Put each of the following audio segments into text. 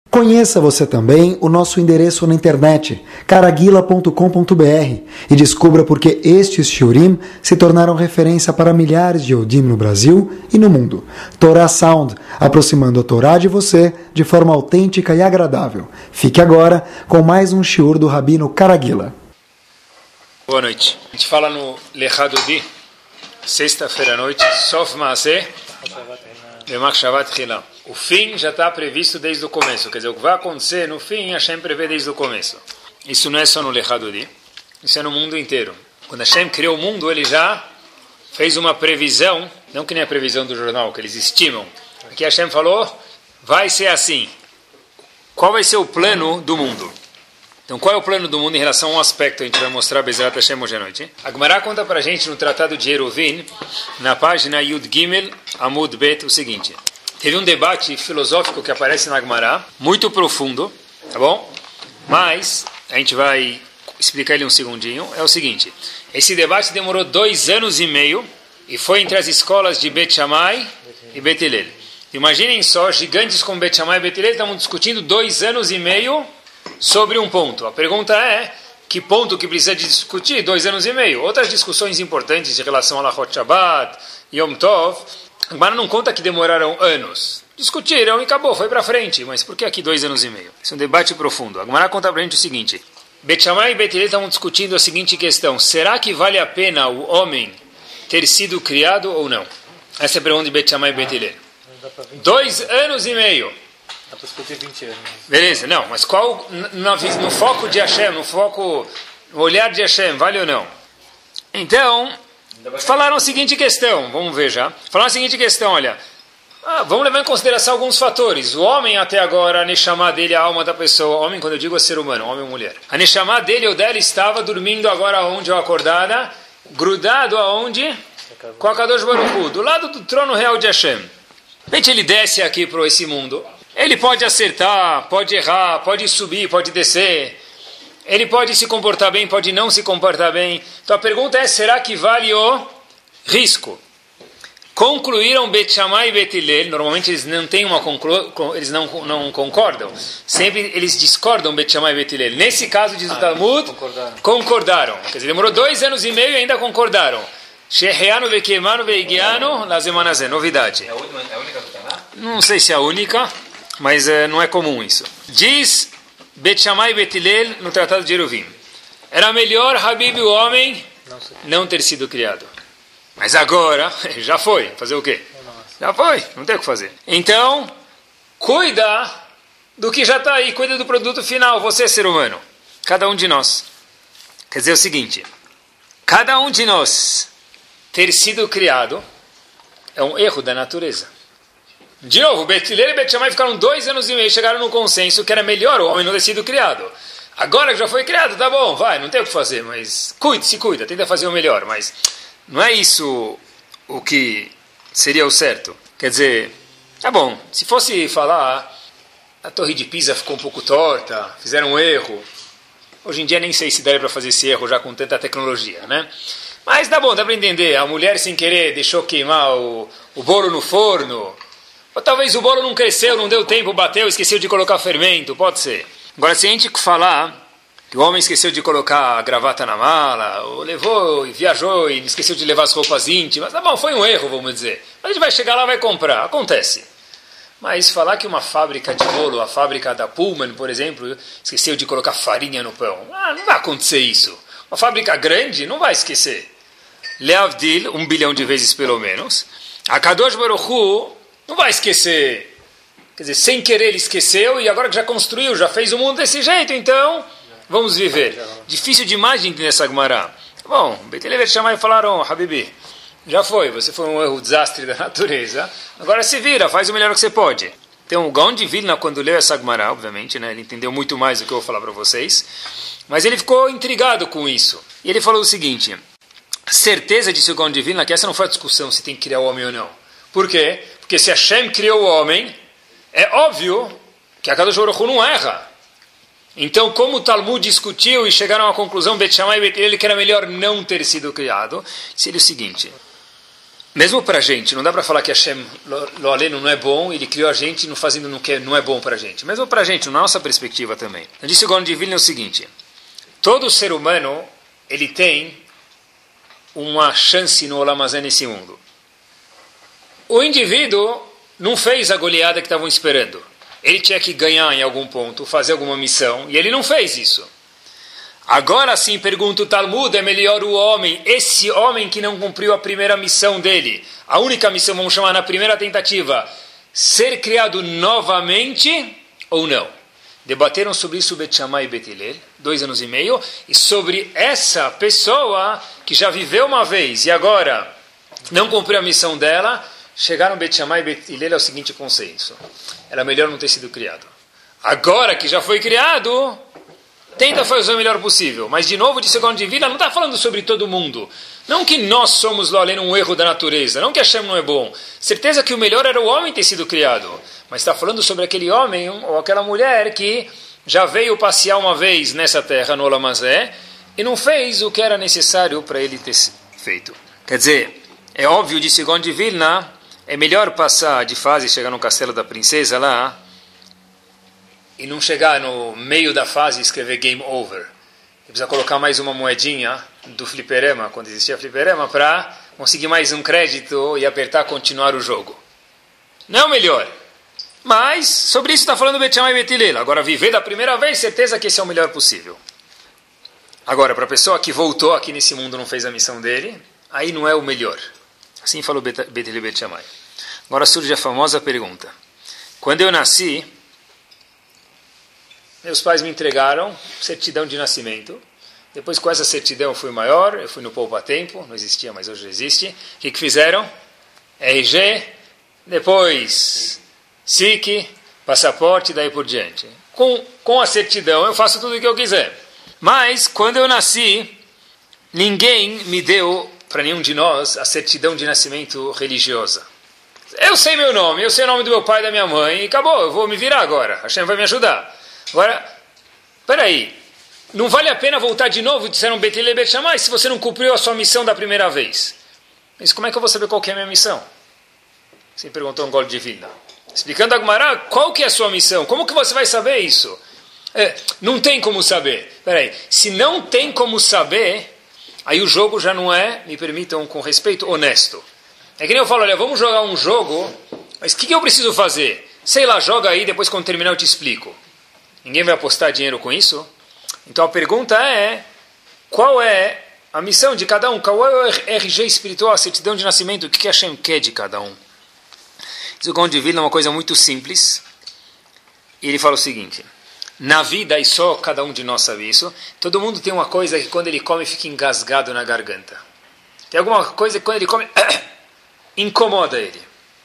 Conheça você também o nosso endereço na internet, caraguila.com.br, e descubra por que estes shiurim se tornaram referência para milhares de Yehudim no Brasil e no mundo. Torah Sound, aproximando a Torá de você de forma autêntica e agradável. Fique agora com mais um shiur do Rabino Caraguila. Boa noite. A gente fala no Lechadodi, sexta-feira à noite, Sof Maaseh, Bemach Shavat Chila. O fim já está previsto desde o começo. Quer dizer, o que vai acontecer no fim, Hashem prevê desde o começo. Isso não é só no Lechadodi, isso é no mundo inteiro. Quando Hashem criou o mundo, ele já fez uma previsão, não que nem a previsão do jornal, que eles estimam. Aqui Hashem falou, vai ser assim. Qual vai ser o plano do mundo? Então, qual é o plano do mundo em relação a um aspecto? A gente vai mostrar Bezerra Hashem hoje à noite. Hein? A Gemara conta para a gente no Tratado de Eruvin, na página Yud Gimel Amud Bet, o seguinte. Teve um debate filosófico que aparece na Gemara, muito profundo, tá bom? Mas, a gente vai explicar ele um segundinho. É o seguinte, esse debate demorou 2 anos e meio e foi entre as escolas de Bet Shammai e Bet Hillel. Imaginem só, gigantes como Bet Shammai e Bet Hillel estavam discutindo 2 anos e meio sobre um ponto. A pergunta é, que ponto que precisa de discutir 2 anos e meio? Outras discussões importantes em relação a Lachot Shabbat, Yom Tov, a Gemara não conta que demoraram anos. Discutiram e acabou, foi para frente. Mas por que aqui 2 anos e meio? Esse é um debate profundo. A Gemara conta para a gente o seguinte. Bet Shammai e Bet Hillel estavam discutindo a seguinte questão. Será que vale a pena o homem ter sido criado ou não? Essa é a pergunta de Bet Shammai e Bet Hillel. 2 anos e meio. Dá para discutir 20 anos. Beleza, não. Mas qual, no foco de Hashem, no olhar de Hashem, vale ou não? Então... falaram a seguinte questão, vamos ver já. Falaram a seguinte questão, olha. Vamos levar em consideração alguns fatores. O homem até agora, a Neshama dele, a alma da pessoa. Homem, quando eu digo é ser humano, homem ou mulher. A Neshama dele ou dela estava dormindo agora onde ou acordada, grudado aonde? Com a Kadosh Baruch Hu, do lado do trono real de Hashem. De repente ele desce aqui para esse mundo. Ele pode acertar, pode errar, pode subir, pode descer. Ele pode se comportar bem, pode não se comportar bem. Então a pergunta é, será que vale o risco? Concluíram Bet Shammai e Bet Hillel. Normalmente eles não têm eles não concordam. Sempre eles discordam Bet Shammai e Bet Hillel. Nesse caso, diz o Talmud, concordaram. Quer dizer, demorou 2 anos e meio e ainda concordaram. Sheheanu vekemanu veigianu lazemanazé. Novidade. É a única que está lá? Não sei se é a única, mas não é comum isso. Diz... Bet Shammai e Bet Hillel no Tratado de Eruvin. Era melhor, Habib, o homem, não ter sido criado. Mas agora, já foi. Fazer o quê? Já foi, não tem o que fazer. Então, cuida do que já está aí. Cuida do produto final, você, ser humano. Cada um de nós. Quer dizer o seguinte, cada um de nós ter sido criado é um erro da natureza. De novo, Bet Hillel e Bet Shammai ficaram 2 anos e meio, chegaram no consenso que era melhor o homem não ter sido criado. Agora que já foi criado, tá bom, vai, não tem o que fazer, mas se cuida, tenta fazer o melhor, mas não é isso o que seria o certo. Quer dizer, tá bom, se fosse falar, a Torre de Pisa ficou um pouco torta, fizeram um erro. Hoje em dia nem sei se daria para fazer esse erro já com tanta tecnologia, né? Mas tá bom, dá para entender, a mulher sem querer deixou queimar o bolo no forno. Ou talvez o bolo não cresceu, não deu tempo, bateu, esqueceu de colocar fermento, pode ser. Agora, se a gente falar que o homem esqueceu de colocar a gravata na mala, ou levou e viajou e esqueceu de levar as roupas íntimas, tá bom, foi um erro, vamos dizer. Mas a gente vai chegar lá e vai comprar, acontece. Mas falar que uma fábrica de bolo, a fábrica da Pullman, por exemplo, esqueceu de colocar farinha no pão, não vai acontecer isso. Uma fábrica grande não vai esquecer. Leavdil, 1 bilhão de vezes pelo menos. A Kadosh Baruch Hu não vai esquecer, quer dizer, sem querer ele esqueceu e agora que já construiu, já fez o mundo desse jeito, então vamos viver. Difícil demais de entender essa Gemara. Bom, Bet Hillel e Bet Shammai falaram, Habibi, já foi, você foi um erro, desastre da natureza, agora se vira, faz o melhor que você pode. Então o Gaon de Vilna, quando leu essa Gemara, obviamente, né, ele entendeu muito mais do que eu vou falar para vocês, mas ele ficou intrigado com isso. E ele falou o seguinte, certeza, disse o Gaon de Vilna, que essa não foi a discussão se tem que criar o homem ou não. Por quê? Porque se Hashem criou o homem, é óbvio que a Kadosh Baruch Hu não erra. Então, como o Talmud discutiu e chegaram à conclusão, Bet Shammai e Bet Hillel, que era melhor não ter sido criado, seria o seguinte. Mesmo para a gente, não dá para falar que Hashem Lo Aleinu não é bom, ele criou a gente não fazendo no que não é bom para a gente. Mesmo para a gente, na nossa perspectiva também. Disse o Gaon de Vilna o seguinte: todo ser humano, ele tem uma chance no Olam Hazé nesse mundo. O indivíduo não fez a goleada que estavam esperando. Ele tinha que ganhar em algum ponto, fazer alguma missão, e ele não fez isso. Agora sim, pergunta o Talmud, é melhor o homem, esse homem que não cumpriu a primeira missão dele, a única missão, vamos chamar na primeira tentativa, ser criado novamente ou não? Debateram sobre isso Bet Shammai e Bet Hillel, 2 anos e meio, e sobre essa pessoa que já viveu uma vez e agora não cumpriu a missão dela, chegaram Bet Shammai e Bet Hillel ao seguinte consenso: era melhor não ter sido criado. Agora que já foi criado, tenta fazer o melhor possível. Mas, de novo, de segundo de vida, não está falando sobre todo mundo. Não que nós somos, Lo Aleinu, um erro da natureza. Não que Hashem não é bom. Certeza que o melhor era o homem ter sido criado. Mas está falando sobre aquele homem ou aquela mulher que já veio passear uma vez nessa terra, no Olam Hazé, e não fez o que era necessário para ele ter feito. Quer dizer, é óbvio, de segundo de Vilna, é melhor passar de fase e chegar no castelo da princesa lá, e não chegar no meio da fase e escrever game over. Precisa colocar mais uma moedinha do fliperama, quando existia fliperama, para conseguir mais um crédito e apertar continuar o jogo. Não é o melhor. Mas, sobre isso está falando Bet Shammai e Bet Hillel. Agora, viver da primeira vez, certeza que esse é o melhor possível. Agora, para a pessoa que voltou aqui nesse mundo e não fez a missão dele, aí não é o melhor. Assim falou Bet Hillel e Bet Shammai. Agora surge a famosa pergunta. Quando eu nasci, meus pais me entregaram certidão de nascimento. Depois, com essa certidão, eu fui maior. Eu fui no poupa-tempo. Não existia, mas hoje existe. O que fizeram? RG. Depois, SIC, passaporte, daí por diante. Com a certidão, eu faço tudo o que eu quiser. Mas, quando eu nasci, ninguém me deu, para nenhum de nós, a certidão de nascimento religiosa. Eu sei meu nome, eu sei o nome do meu pai e da minha mãe, e acabou, eu vou me virar agora. Hashem vai me ajudar. Agora, peraí, não vale a pena voltar de novo, disseram Bet Hillel e Bet Shammai, se você não cumpriu a sua missão da primeira vez. Mas como é que eu vou saber qual que é a minha missão? Você perguntou um Gaon de Vilna. Explicando a Gemara, qual que é a sua missão? Como que você vai saber isso? Não tem como saber. Peraí, se não tem como saber, aí o jogo já não é, me permitam com respeito, honesto. É que nem eu falo, olha, vamos jogar um jogo, mas o que eu preciso fazer? Sei lá, joga aí, depois quando terminar eu te explico. Ninguém vai apostar dinheiro com isso? Então a pergunta é, qual é a missão de cada um? Qual é o RG espiritual, a certidão de nascimento? O que Hashem quer de cada um? Diz o Gaon de Vilna, uma coisa muito simples. E ele fala o seguinte: na vida, e só cada um de nós sabe isso, todo mundo tem uma coisa que quando ele come fica engasgado na garganta. Tem alguma coisa que quando ele come incomoda ele.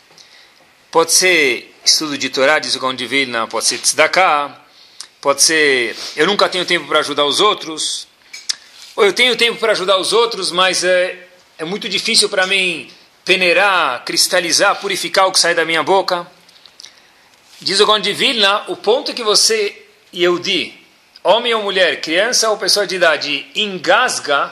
Pode ser estudo de Torá, diz o Gaon de Vilna, pode ser tzedakah, pode ser eu nunca tenho tempo para ajudar os outros, ou eu tenho tempo para ajudar os outros, mas é muito difícil para mim peneirar, cristalizar, purificar o que sai da minha boca. Diz o Gaon de Vilna, o ponto que você, Yehudi, homem ou mulher, criança ou pessoa de idade, engasga,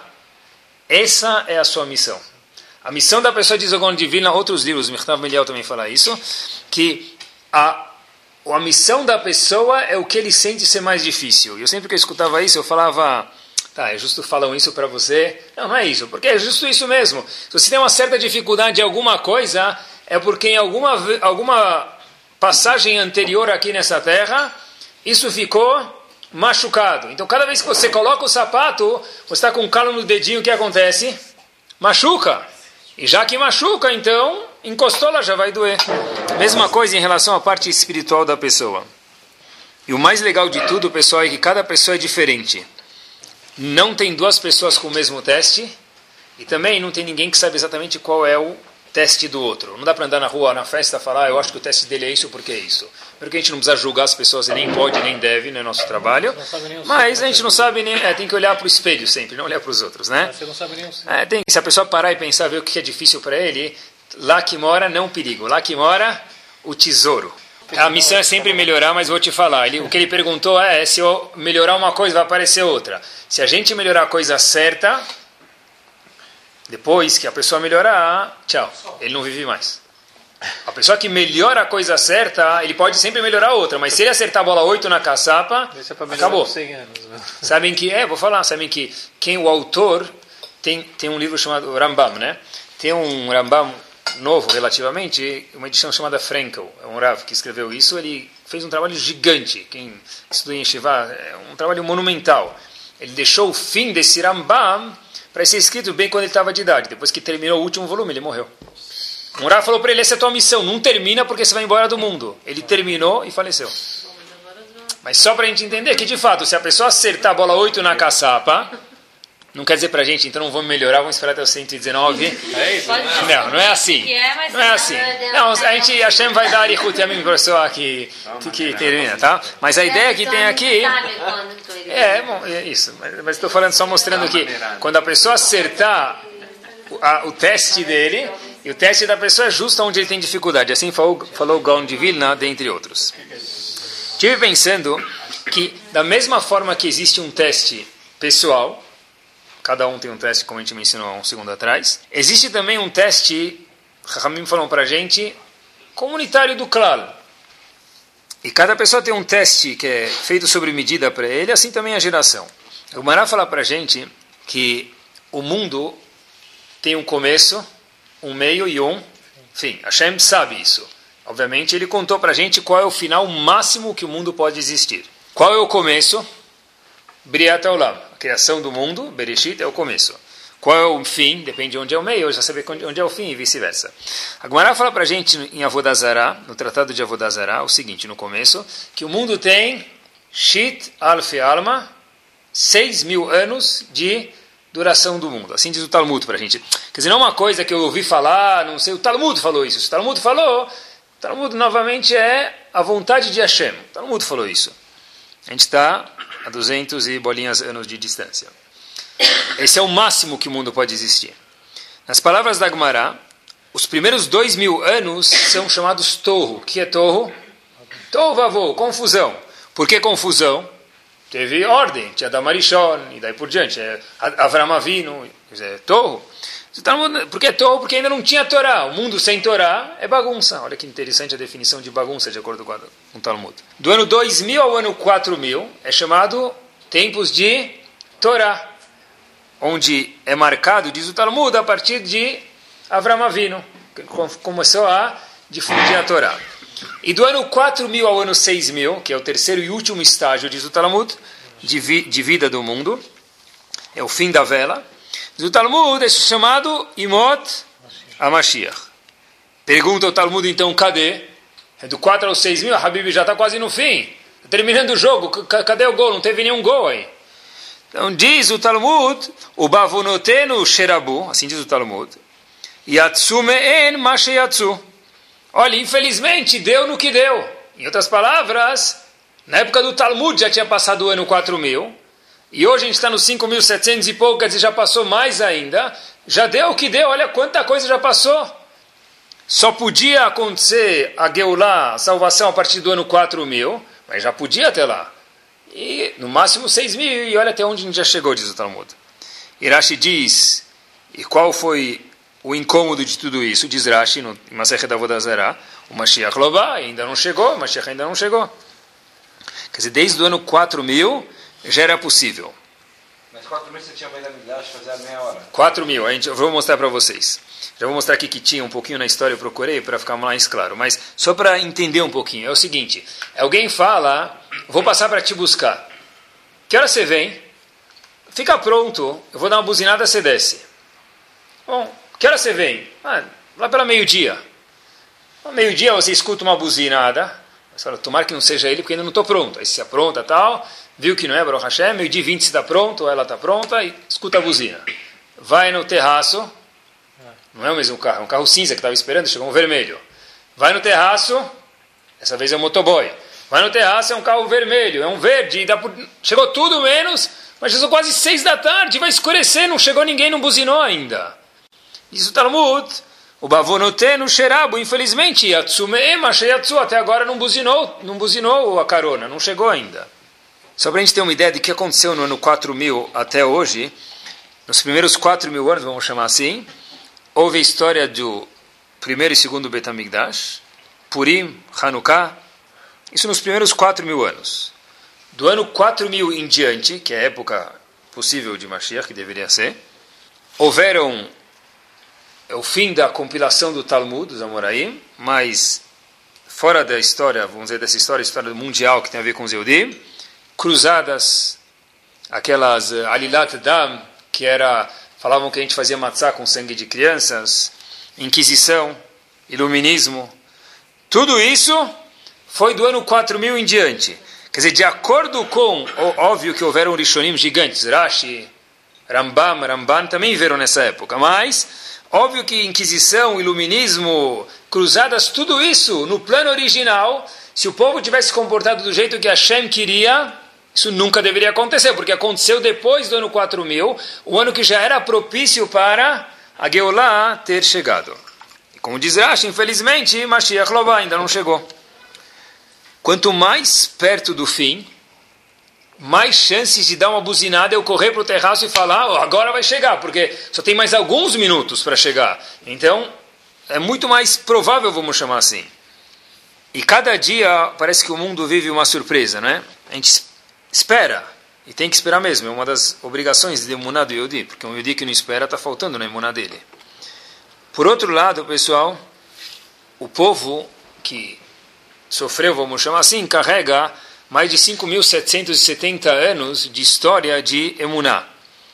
essa é a sua missão. A missão da pessoa, diz o Gaon de Vilna, outros livros, Michtav Meliel também fala isso, que a missão da pessoa é o que ele sente ser mais difícil. E eu sempre que eu escutava isso, eu falava, tá, é justo falam isso para você? Não, não é isso, porque é justo isso mesmo. Se você tem uma certa dificuldade em alguma coisa, é porque em alguma passagem anterior aqui nessa terra, isso ficou machucado. Então, cada vez que você coloca o sapato, você está com um calo no dedinho, o que acontece? Machuca. E já que machuca, então, encostou lá, já vai doer. Mesma coisa em relação à parte espiritual da pessoa. E o mais legal de tudo, pessoal, é que cada pessoa é diferente. Não tem duas pessoas com o mesmo teste, e também não tem ninguém que sabe exatamente qual é o teste do outro. Não dá para andar na rua, na festa, falar, eu acho que o teste dele é isso, porque é isso. Porque a gente não precisa julgar as pessoas, e nem pode, nem deve, não é nosso trabalho. Mas a gente não sabe nem... tem que olhar para o espelho sempre, não olhar para os outros, né? Você não sabe nem o se a pessoa parar e pensar, ver o que é difícil para ele, lá que mora, não perigo. Lá que mora, o tesouro. A missão é sempre melhorar, mas vou te falar. O que ele perguntou é, se eu melhorar uma coisa, vai aparecer outra. Se a gente melhorar a coisa certa, Depois que a pessoa melhorar, tchau, ele não vive mais. A pessoa que melhora a coisa certa, ele pode sempre melhorar a outra, mas se ele acertar a bola 8 na caçapa, acabou. Sabem que, sabem que quem o autor, tem um livro chamado Rambam, né? Tem um Rambam novo relativamente, uma edição chamada Frenkel, é um Rav que escreveu isso, ele fez um trabalho gigante, quem estudou em Yeshiva, é um trabalho monumental. Ele deixou o fim desse Rambam para ser escrito bem quando ele estava de idade, depois que terminou o último volume, ele morreu. Um Rav falou para ele, essa é a tua missão, não termina porque você vai embora do mundo. Ele terminou e faleceu. Mas só para a gente entender que, de fato, se a pessoa acertar a bola 8 na caçapa, não quer dizer para a gente, então não vamos melhorar, vamos esperar até o 119. É isso? Não é assim. Não é assim. Não, a gente, Hashem vai dar Arichut Yamim para a pessoa que termina, tá? Mas a ideia que tem aqui... é isso. Mas estou falando, só mostrando que quando a pessoa acertar o teste dele... E o teste da pessoa é justo onde ele tem dificuldade. Assim falou Gaon de Vilna, dentre outros. Estive pensando que, da mesma forma que existe um teste pessoal, cada um tem um teste, como a gente mencionou há um segundo atrás, existe também um teste, Rahamim falou para a gente, comunitário do Klal. E cada pessoa tem um teste que é feito sobre medida para ele, assim também a geração. O Mará fala para a gente que o mundo tem um começo, um meio e um fim. Hashem sabe isso. Obviamente, ele contou para a gente qual é o final máximo que o mundo pode existir. Qual é o começo? Briat Haolam. A criação do mundo, Bereshit, é o começo. Qual é o fim? Depende de onde é o meio, eu já saber onde é o fim e vice-versa. A Gemara fala para a gente em Avodah Zarah, no Tratado de Avodah Zarah, o seguinte, no começo, que o mundo tem Shit Alfi Alma, 6.000 anos de duração do mundo. Assim diz o Talmud para a gente. Quer dizer, não é uma coisa que eu ouvi falar, não sei, o Talmud falou isso. Se o Talmud falou, o Talmud novamente é a vontade de Hashem. O Talmud falou isso. A gente está a 200 e bolinhas anos de distância. Esse é o máximo que o mundo pode existir. Nas palavras da Gemara, os primeiros 2.000 anos são chamados Torro. O que é Torro? Torro vavô, confusão. Por que confusão? Teve ordem, tinha Adam Arishon, e daí por diante. Avram Avinu, Torro. Por que Torro? Porque ainda não tinha Torá. O mundo sem Torá é bagunça. Olha que interessante a definição de bagunça, de acordo com o Talmud. Do ano 2000 ao ano 4000 é chamado tempos de Torá, onde é marcado, diz o Talmud, a partir de Avram Avinu, que começou a difundir a Torá. E do ano 4000 ao ano 6000, que é o terceiro e último estágio, diz o Talmud, de vida do mundo, é o fim da vela, diz o Talmud, é chamado Imot HaMashiach. Pergunta o Talmud, então, cadê? É do 4 ao 6000, a Habib já está quase no fim, está terminando o jogo, cadê o gol? Não teve nenhum gol aí. Então diz o Talmud, o Bavonotenu Sherabu, assim diz o Talmud, Yatsu me'en mashe yatsu. Olha, infelizmente, deu no que deu. Em outras palavras, na época do Talmud já tinha passado o ano 4000, e hoje a gente está nos 5.700 e pouco, quer dizer, já passou mais ainda. Já deu o que deu, olha quanta coisa já passou. Só podia acontecer a Geulah, a salvação, a partir do ano 4000, mas já podia até lá. E no máximo 6.000, e olha até onde a gente já chegou, diz o Talmud. Irashi diz, e qual foi o incômodo de tudo isso? Diz Rashi, no Masechet Avodah Zarah, o Mashiach Lobá ainda não chegou, o Mashiach ainda não chegou. Quer dizer, desde o ano 4000 já era possível. Mas 4.000 você tinha mais habilidade de fazer a meia hora? 4.000, eu vou mostrar para vocês. Já vou mostrar aqui que tinha um pouquinho na história, eu procurei para ficar mais claro. Mas só para entender um pouquinho, é o seguinte, alguém fala, vou passar para te buscar. Que hora você vem? Fica pronto, eu vou dar uma buzinada, você desce. Bom, que hora você vem? Lá pela meio-dia. Ao meio-dia você escuta uma buzinada, você fala, tomara que não seja ele, porque ainda não estou pronto. Aí se apronta tal, viu que não é, Baruch Hashem, meio-dia 20 está pronto, ela está pronta, e escuta a buzina. Vai no terraço, não é o mesmo carro, é um carro cinza que estava esperando, chegou um vermelho. Vai no terraço, dessa vez é um motoboy. Vai no terraço, é um carro vermelho, é um verde, chegou tudo menos, mas já são quase 6 da tarde, vai escurecer, não chegou ninguém, não buzinou ainda. Diz o Talmud, o Bavonotenu Sherabu, infelizmente, Yatsume'em Yatsu, até agora não buzinou a carona, não chegou ainda. Só para a gente ter uma ideia de o que aconteceu no ano 4000 até hoje, nos primeiros 4.000 anos, vamos chamar assim, houve a história do primeiro e segundo Beit HaMikdash, Purim, Hanukkah, isso nos primeiros 4.000 anos. Do ano 4.000 em diante, que é a época possível de Mashiach, que deveria ser, houveram o fim da compilação do Talmud, dos Amoraim, mas fora da história, vamos dizer, dessa história, a história mundial que tem a ver com os Yehudim, cruzadas, aquelas Alilat Dam, que falavam que a gente fazia matzá com sangue de crianças, Inquisição, Iluminismo, tudo isso foi do ano 4.000 em diante. Quer dizer, de acordo com, óbvio que houveram Rishonim gigantes, Rashi, Ramban também viveram nessa época, mas óbvio que Inquisição, Iluminismo, cruzadas, tudo isso no plano original, se o povo tivesse se comportado do jeito que Hashem queria, isso nunca deveria acontecer, porque aconteceu depois do ano 4.000, o ano que já era propício para a Geulah ter chegado. E como diz Rashi, infelizmente, Mashiach Lová ainda não chegou. Quanto mais perto do fim, mais chances de dar uma buzinada, eu correr para o terraço e falar, agora vai chegar, porque só tem mais alguns minutos para chegar. Então, é muito mais provável, vamos chamar assim. E cada dia parece que o mundo vive uma surpresa, né? A gente espera, e tem que esperar mesmo, é uma das obrigações de emuná do Yehudi, porque um Yehudi que não espera está faltando na emuná dele. Por outro lado, pessoal, o povo que sofreu, vamos chamar assim, carrega mais de 5.770 anos de história de emuná.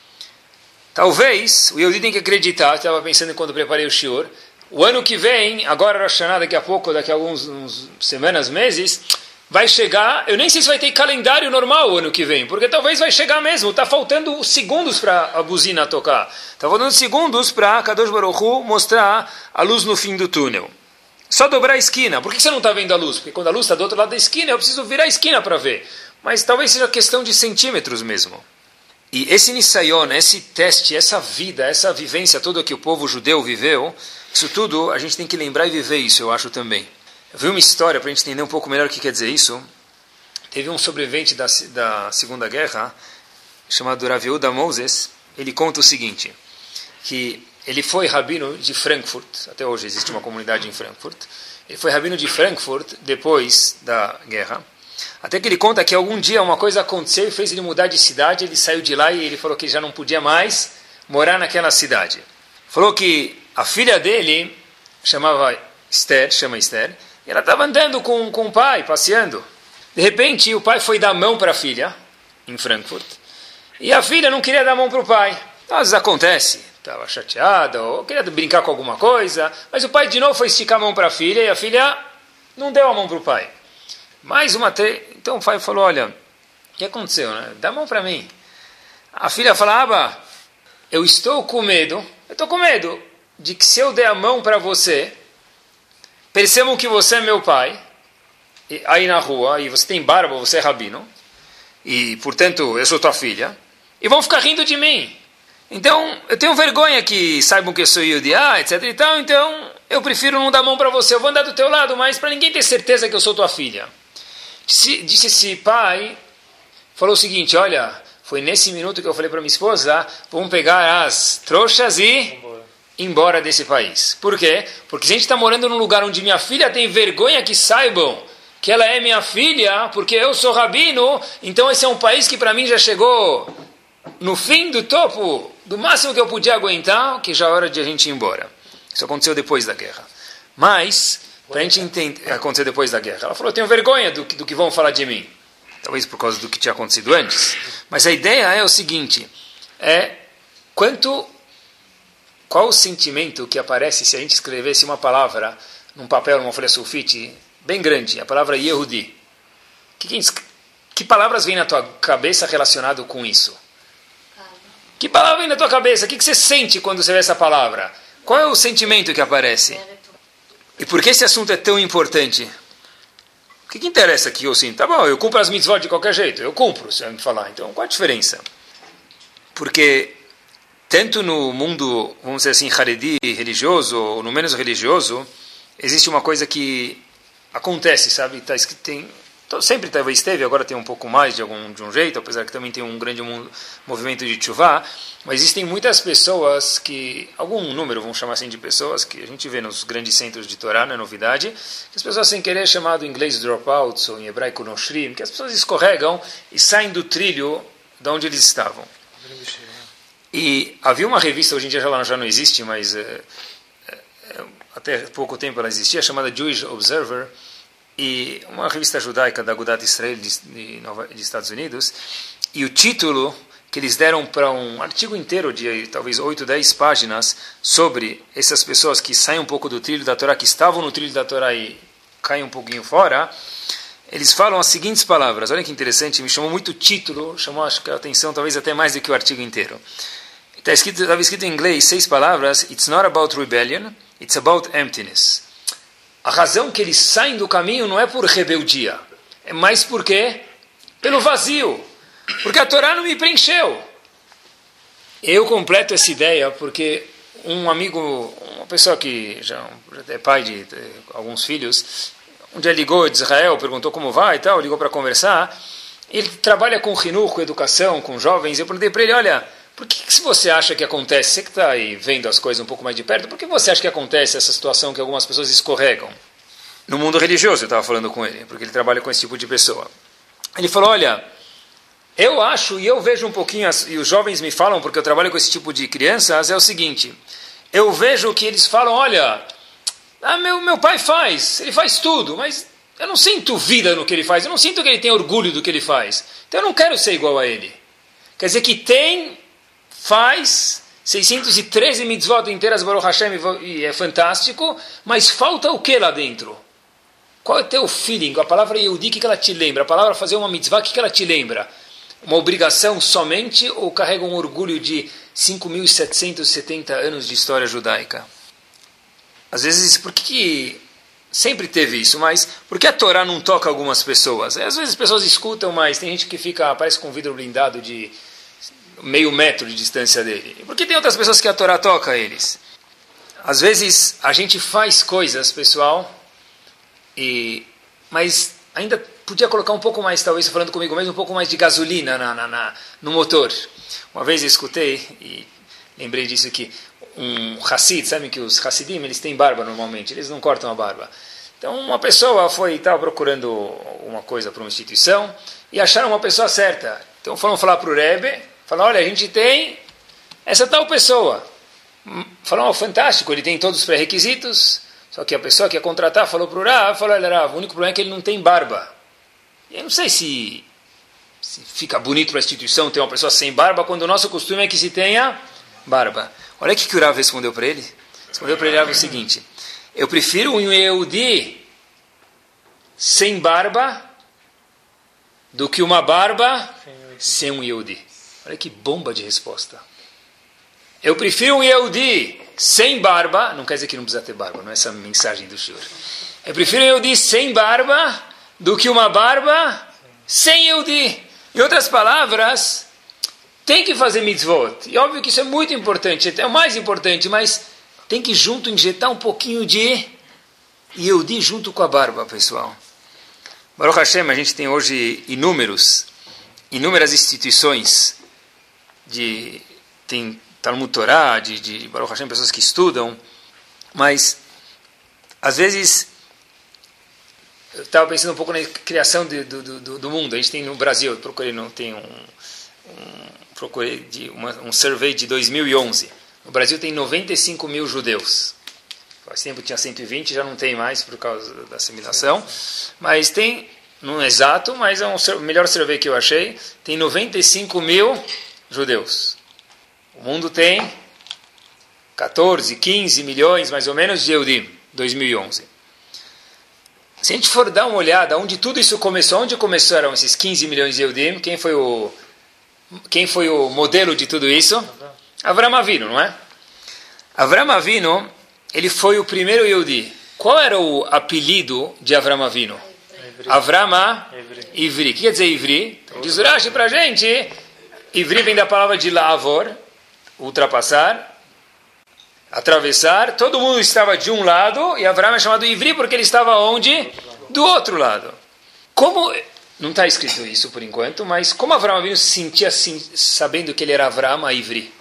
Talvez, o Yehudi tem que acreditar, estava pensando quando preparei o shiur, o ano que vem, agora Rosh Hashanah, daqui a pouco, daqui a algumas semanas, meses, vai chegar, eu nem sei se vai ter calendário normal o ano que vem, porque talvez vai chegar mesmo, está faltando segundos para a buzina tocar, está faltando segundos para Kadosh Baruch Hu mostrar a luz no fim do túnel. Só dobrar a esquina. Por que você não está vendo a luz? Porque quando a luz está do outro lado da esquina, eu preciso virar a esquina para ver. Mas talvez seja questão de centímetros mesmo. E esse Nisayon, esse teste, essa vida, essa vivência toda que o povo judeu viveu, isso tudo a gente tem que lembrar e viver isso, eu acho também. Eu vi uma história, para a gente entender um pouco melhor o que quer dizer isso. Teve um sobrevivente da Segunda Guerra, chamado Rav Yehuda Moses. Ele conta o seguinte, que ele foi rabino de Frankfurt, até hoje existe uma comunidade em Frankfurt. Ele foi rabino de Frankfurt depois da guerra. Até que ele conta que algum dia uma coisa aconteceu e fez ele mudar de cidade. Ele saiu de lá e ele falou que já não podia mais morar naquela cidade. Falou que a filha dele chama Esther, e ela estava andando com o pai, passeando. De repente, o pai foi dar a mão para a filha, em Frankfurt, e a filha não queria dar a mão para o pai. Às vezes acontece, estava chateada, ou queria brincar com alguma coisa, mas o pai de novo foi esticar a mão para a filha, e a filha não deu a mão para o pai. Então o pai falou, olha, o que aconteceu? Né? Dá a mão para mim. A filha falava, eu estou com medo de que se eu der a mão para você, percebam que você é meu pai, aí na rua, e você tem barba, você é rabino, e portanto eu sou tua filha, e vão ficar rindo de mim. Então eu tenho vergonha que saibam que eu sou Yudiá, etc e tal, então eu prefiro não dar a mão para você, eu vou andar do teu lado, mas para ninguém ter certeza que eu sou tua filha. Disse esse pai, falou o seguinte, olha, foi nesse minuto que eu falei para minha esposa, vamos pegar as trouxas e ir embora desse país. Por quê? Porque se a gente está morando num lugar onde minha filha tem vergonha que saibam que ela é minha filha, porque eu sou rabino, então esse é um país que para mim já chegou no fim do topo, do máximo que eu podia aguentar, que já é hora de a gente ir embora. Isso aconteceu depois da guerra. Mas, para a gente entender, aconteceu depois da guerra. Ela falou, eu tenho vergonha do que vão falar de mim. Talvez por causa do que tinha acontecido antes. Mas a ideia é o seguinte, qual o sentimento que aparece se a gente escrevesse uma palavra num papel, numa folha sulfite, bem grande, a palavra Yehudi. Que palavras vêm na tua cabeça relacionado com isso? Que palavra vem na tua cabeça? O que você sente quando você vê essa palavra? Qual é o sentimento que aparece? E por que esse assunto é tão importante? O que interessa que eu sinto? Tá bom, eu cumpro as mitzvot de qualquer jeito. Eu cumpro, se eu me falar. Então, qual a diferença? Porque tanto no mundo, vamos dizer assim, haredi, religioso, ou no menos religioso, existe uma coisa que acontece, sabe? Tá escrito, Então, sempre talvez teve, agora tem um pouco mais de um jeito, apesar que também tem um grande movimento de tchuvá, mas existem muitas pessoas que, algum número, vamos chamar assim de pessoas, que a gente vê nos grandes centros de Torá, não é novidade, que as pessoas sem querer, chamado em inglês dropouts, ou em hebraico noshrim, que as pessoas escorregam e saem do trilho de onde eles estavam. E havia uma revista, hoje em dia já não existe, mas até pouco tempo ela existia, chamada Jewish Observer, e uma revista judaica da Agudat Israel de Estados Unidos, e o título que eles deram para um artigo inteiro de talvez 8, 10 páginas sobre essas pessoas que saem um pouco do trilho da Torá, que estavam no trilho da Torá e caem um pouquinho fora, eles falam as seguintes palavras. Olha que interessante, me chamou muito o título, chamou acho que a atenção talvez até mais do que o artigo inteiro. Estava escrito em inglês 6 palavras: It's not about rebellion, it's about emptiness. A razão que eles saem do caminho não é por rebeldia, é mais porque pelo vazio, porque a Torá não me preencheu. Eu completo essa ideia porque um amigo, uma pessoa que já é pai de alguns filhos, um dia ligou de Israel, perguntou como vai e tal, ligou para conversar. Ele trabalha com Hinuch, com educação, com jovens. Eu perguntei para ele, olha, por que se você acha que acontece, você que está aí vendo as coisas um pouco mais de perto, por que você acha que acontece essa situação que algumas pessoas escorregam? No mundo religioso, eu estava falando com ele, porque ele trabalha com esse tipo de pessoa. Ele falou, olha, eu acho, e eu vejo um pouquinho, e os jovens me falam, porque eu trabalho com esse tipo de crianças, é o seguinte, eu vejo que eles falam, olha, meu pai faz, ele faz tudo, mas eu não sinto vida no que ele faz, eu não sinto que ele tem orgulho do que ele faz, então eu não quero ser igual a ele. Quer dizer que faz 613 mitzvot inteiras, Baruch Hashem, e é fantástico, mas falta o que lá dentro? Qual é o teu feeling? A palavra Yehudi, o que ela te lembra? A palavra fazer uma mitzvah, o que ela te lembra? Uma obrigação somente ou carrega um orgulho de 5.770 anos de história judaica? Às vezes, por que sempre teve isso, mas por que a Torá não toca algumas pessoas? Às vezes as pessoas escutam, mas tem gente que parece com um vidro blindado de meio metro de distância dele. E por que tem outras pessoas que a Torá toca a eles? Às vezes a gente faz coisas, pessoal, mas ainda podia colocar um pouco mais, talvez falando comigo mesmo, um pouco mais de gasolina no motor. Uma vez eu escutei, e lembrei disso aqui, um Hassid, sabem que os Hassidim, eles têm barba normalmente, eles não cortam a barba. Então uma pessoa estava procurando uma coisa para uma instituição e acharam uma pessoa certa. Então foram falar para o Rebbe, falaram, olha, a gente tem essa tal pessoa. Falaram, fantástico, ele tem todos os pré-requisitos, só que a pessoa que ia contratar falou para o Rav, olha, Rav, o único problema é que ele não tem barba. E eu não sei se fica bonito para a instituição ter uma pessoa sem barba, quando o nosso costume é que se tenha barba. Olha o que o Rav respondeu para ele. Respondeu para ele o seguinte, eu prefiro um Yehudi sem barba do que uma barba sem um Yehudi. Olha que bomba de resposta. Eu prefiro um Yehudi sem barba, não quer dizer que não precisa ter barba, não é essa a mensagem do Shur. Eu prefiro um Yehudi sem barba do que uma barba sem Yehudi. Em outras palavras, tem que fazer mitzvot. E óbvio que isso é muito importante, é o mais importante, mas tem que junto injetar um pouquinho de Yehudi junto com a barba, pessoal. Baruch Hashem, a gente tem hoje inúmeras instituições tem Talmud Torá, de Baruch Hashem, pessoas que estudam, mas às vezes eu estava pensando um pouco na criação do mundo. A gente tem no Brasil, procurei um survey de 2011. No Brasil tem 95 mil judeus. Faz tempo tinha 120, já não tem mais por causa da assimilação. Mas tem, não é exato, mas é o melhor survey que eu achei, tem 95 mil judeus. O mundo tem 14, 15 milhões, mais ou menos, de Yehudim, 2011. Se a gente for dar uma olhada onde tudo isso começou, onde começaram esses 15 milhões de Yehudim, quem foi o modelo de tudo isso? Avraham Avinu, não é? Avraham Avinu, ele foi o primeiro Yehudi. Qual era o apelido de Avraham Avinu? Avraham Ivri. O que quer dizer Ivri? Diz Rashi para a gente, Ivri vem da palavra de lavor, ultrapassar, atravessar. Todo mundo estava de um lado e Avraham é chamado Ivri porque ele estava onde? Do outro lado. como... Não está escrito isso por enquanto, mas como Avraham Avinu se sentia assim, sabendo que ele era Avraham Ivri?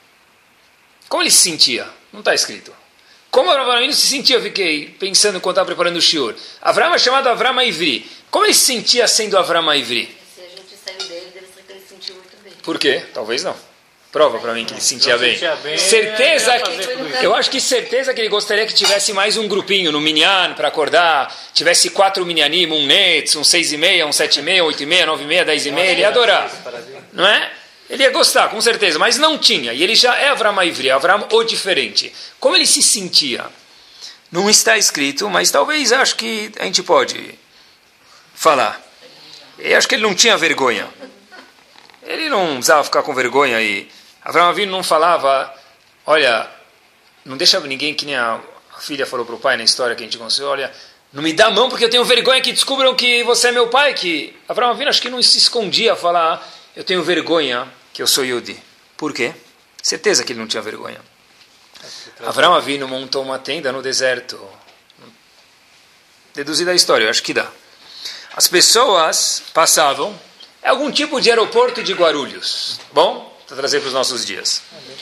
Como ele se sentia? Não está escrito. Como Avraham Avinu se sentia, eu fiquei pensando enquanto estava preparando o shiur. Avraham é chamado Avraham Ivri. Como ele se sentia sendo Avraham Ivri? Se a gente saiu dele, deve ser que ele se sentiu muito bem. Por quê? Talvez não. Prova para mim que ele se sentia bem. Certeza que... Eu acho que certeza que ele gostaria que tivesse mais um grupinho no Minyan para acordar. Tivesse 4 Minyanim, um Netz, um 6,5, um 7,5, 8,5, 9,5, 10,5. Ele ia adorar. Não é? Ele ia gostar, com certeza. Mas não tinha. E ele já é Avraham Ivri, Avraham o diferente. Como ele se sentia? Não está escrito, mas talvez acho que a gente pode falar. Eu acho que ele não tinha vergonha. Ele não precisava ficar com vergonha e Avraham Avinu não falava, olha, não deixa ninguém, que nem a filha falou para o pai na história que a gente conheceu, olha, não me dá a mão porque eu tenho vergonha que descubram que você é meu pai, que Avraham Avinu acho que não se escondia a falar, eu tenho vergonha que eu sou Yehudi. Por quê? Certeza que ele não tinha vergonha. Avraham Avinu montou uma tenda no deserto. Deduzir da história, eu acho que dá. As pessoas passavam, é algum tipo de aeroporto de Guarulhos. Bom, para trazer para os nossos dias.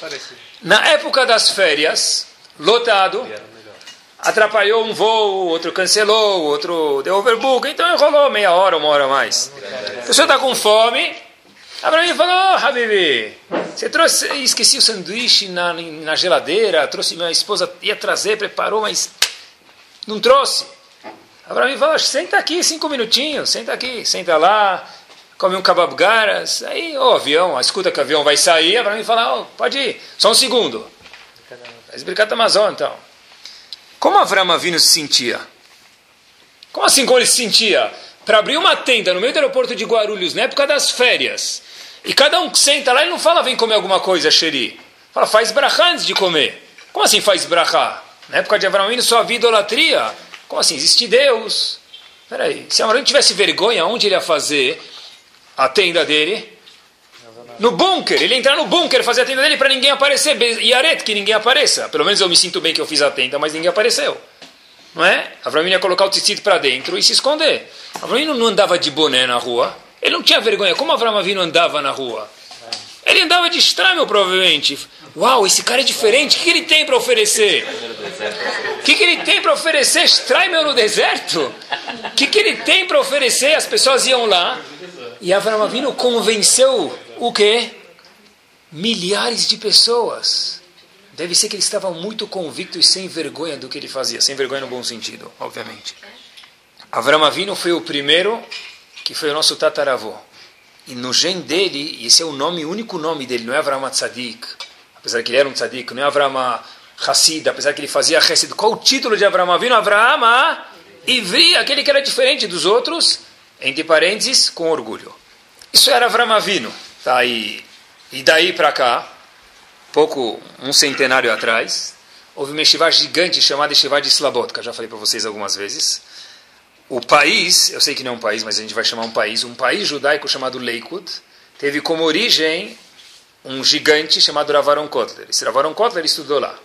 Na época das férias, lotado, atrapalhou um voo, outro cancelou, outro deu overbook, então enrolou meia hora, 1 hora a mais. A pessoa está com fome, Avraham falou, Habibi, você trouxe, esqueci o sanduíche na geladeira, trouxe, minha esposa ia trazer, preparou, mas não trouxe. Avraham falou, senta aqui 5 minutinhos, senta aqui, senta lá, come um kebab garas, aí o avião, escuta que o avião vai sair, Avraham fala, pode ir, só um segundo. Faz Birkat Hamazon, então. Como Avraham Avinu se sentia? Como assim como ele se sentia? Para abrir uma tenda no meio do aeroporto de Guarulhos, na época das férias, e cada um senta lá e não fala, vem comer alguma coisa, xeri. Fala, faz brachá antes de comer. Como assim faz brachá? Na época de Avraham Avinu só havia idolatria. Como assim? Existe Deus? Peraí, se Avraham tivesse vergonha, onde ele ia fazer a tenda dele? No bunker. Ele ia entrar no bunker, fazer a tenda dele para ninguém aparecer. Yaret, que ninguém apareça. Pelo menos eu me sinto bem que eu fiz a tenda, mas ninguém apareceu. Não é? Avraham ia colocar o tecido para dentro e se esconder. Avraham não andava de boné na rua. Ele não tinha vergonha. Como Avraham Avinu andava na rua? Ele andava de estranho, provavelmente. Uau, esse cara é diferente. O que ele tem para oferecer? O que ele tem para oferecer? Estranho no deserto? O que ele tem para oferecer? As pessoas iam lá. E Avraham Avinu convenceu o quê? Milhares de pessoas. Deve ser que ele estava muito convicto e sem vergonha do que ele fazia. Sem vergonha no bom sentido, obviamente. Avraham Avinu foi o primeiro que foi o nosso tataravô. E no gen dele, e esse é o nome, o único nome dele, não é Avraham Tzadik, apesar que ele era um Tzadik, não é Avraham Hassid, apesar que ele fazia Chesed. Qual o título de Avraham Avinu? Avraham Ivri, aquele que era diferente dos outros, entre parênteses, com orgulho. Isso era Avraham Avinu. Tá aí. E daí para cá, um centenário atrás, houve uma yeshiva gigante chamada Yeshiva de Slabotka, já falei para vocês algumas vezes. O país, eu sei que não é um país, mas a gente vai chamar um país judaico chamado Lakewood, teve como origem um gigante chamado Rav Aharon Kotler. Esse Rav Aharon Kotler estudou lá.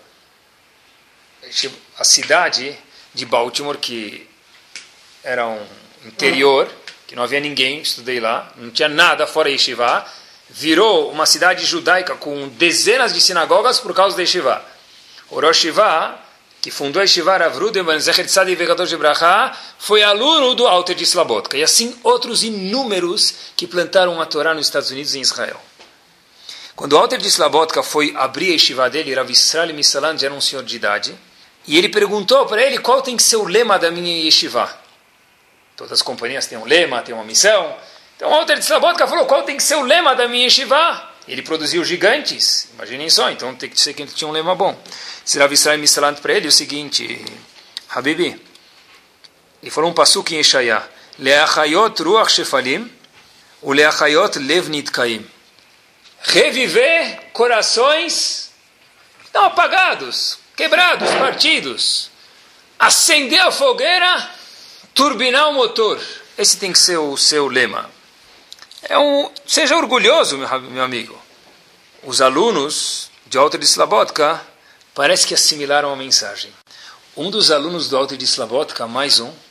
A cidade de Baltimore, que era um interior, que não havia ninguém, estudei lá, não tinha nada fora Yeshiva, virou uma cidade judaica com dezenas de sinagogas por causa da Yeshiva. O Rosh Yeshiva, que fundou a Yeshiva Rav Ruderman, Zecher Tzadik Vekadosh Bracha, foi aluno do Alter de Slabotka. E assim outros inúmeros que plantaram a Torá nos Estados Unidos e em Israel. Quando o Alter de Slabotka foi abrir a Yeshiva dele, Rav Israel Misalan já era um senhor de idade, e ele perguntou para ele qual tem que ser o lema da minha Yeshiva. Todas as companhias têm um lema, têm uma missão. Então o Alter de Slabotka falou, qual tem que ser o lema da minha Yeshiva? Ele produziu gigantes, imaginem só, então tem que ser que tinha um lema bom. Se Rav Israel Misalant para ele o seguinte, Habibi, ele falou um pasuk em Yeshaya, Leachayot ruach shefalim, u leachayot lev nitkaim. Reviver corações não apagados, quebrados, partidos. Acender a fogueira, turbinar o motor. Esse tem que ser o seu lema. Seja orgulhoso, meu amigo. Os alunos de Alter de Slabotka parece que assimilaram a mensagem. Um dos alunos do Alter de Slabotka, mais um,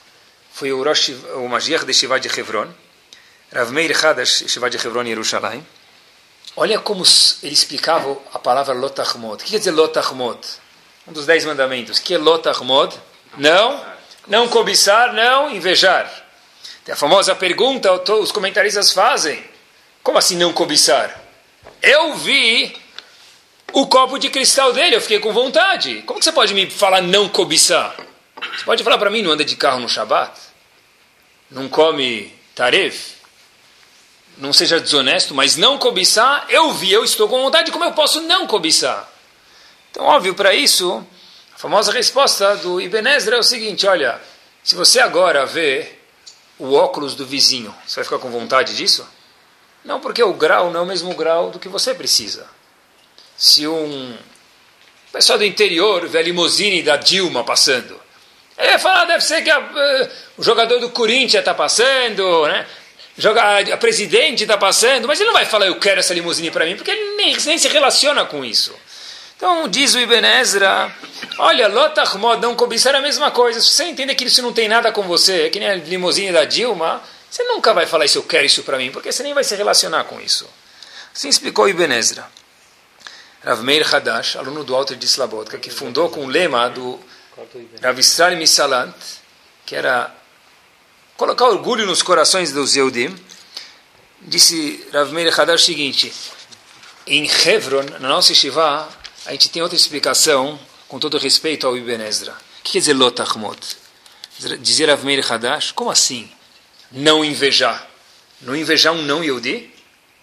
foi o Mashiach de Yeshiva de Hebron, Rav Meir Hadash, Yeshiva de Hebron em Yerushalayim. Olha como ele explicava a palavra lotachmod. O que quer dizer lotachmod? Um dos 10 mandamentos. O que é lotachmod? Não cobiçar, não invejar. Tem a famosa pergunta, os comentaristas fazem. Como assim não cobiçar? Eu vi o copo de cristal dele, eu fiquei com vontade. Como que você pode me falar não cobiçar? Você pode falar para mim, não anda de carro no Shabat? Não come taref? Não seja desonesto, mas não cobiçar, eu vi, eu estou com vontade, como eu posso não cobiçar? Então, óbvio, para isso, a famosa resposta do Ibn Ezra é o seguinte, olha, se você agora vê o óculos do vizinho, você vai ficar com vontade disso? Não, porque o grau não é o mesmo grau do que você precisa. Se um pessoal do interior vê a limusine da Dilma passando, ele vai falar, deve ser que o jogador do Corinthians está passando, né? A presidente está passando, mas ele não vai falar, eu quero essa limusine para mim, porque ele nem se relaciona com isso. Então, diz o Ibn Ezra, olha, lotachmod, não cobiçar é a mesma coisa. Se você entender que isso não tem nada com você, é que nem a limusine da Dilma, você nunca vai falar isso, eu quero isso para mim, porque você nem vai se relacionar com isso. Assim explicou Ibn Ezra. Rav Meir Hadash, aluno do Alter de Slabodka, que fundou com o lema do Rav Israel Misalant, que era colocar orgulho nos corações dos Yehudim, disse Rav Meir Hadash o seguinte, em Hebron, na nossa yeshiva, a gente tem outra explicação, com todo respeito ao Ibn Ezra. O que quer dizer lotachmod? Dizer Rav Meir Hadash, como assim? Não invejar. Não invejar um não Yehudi?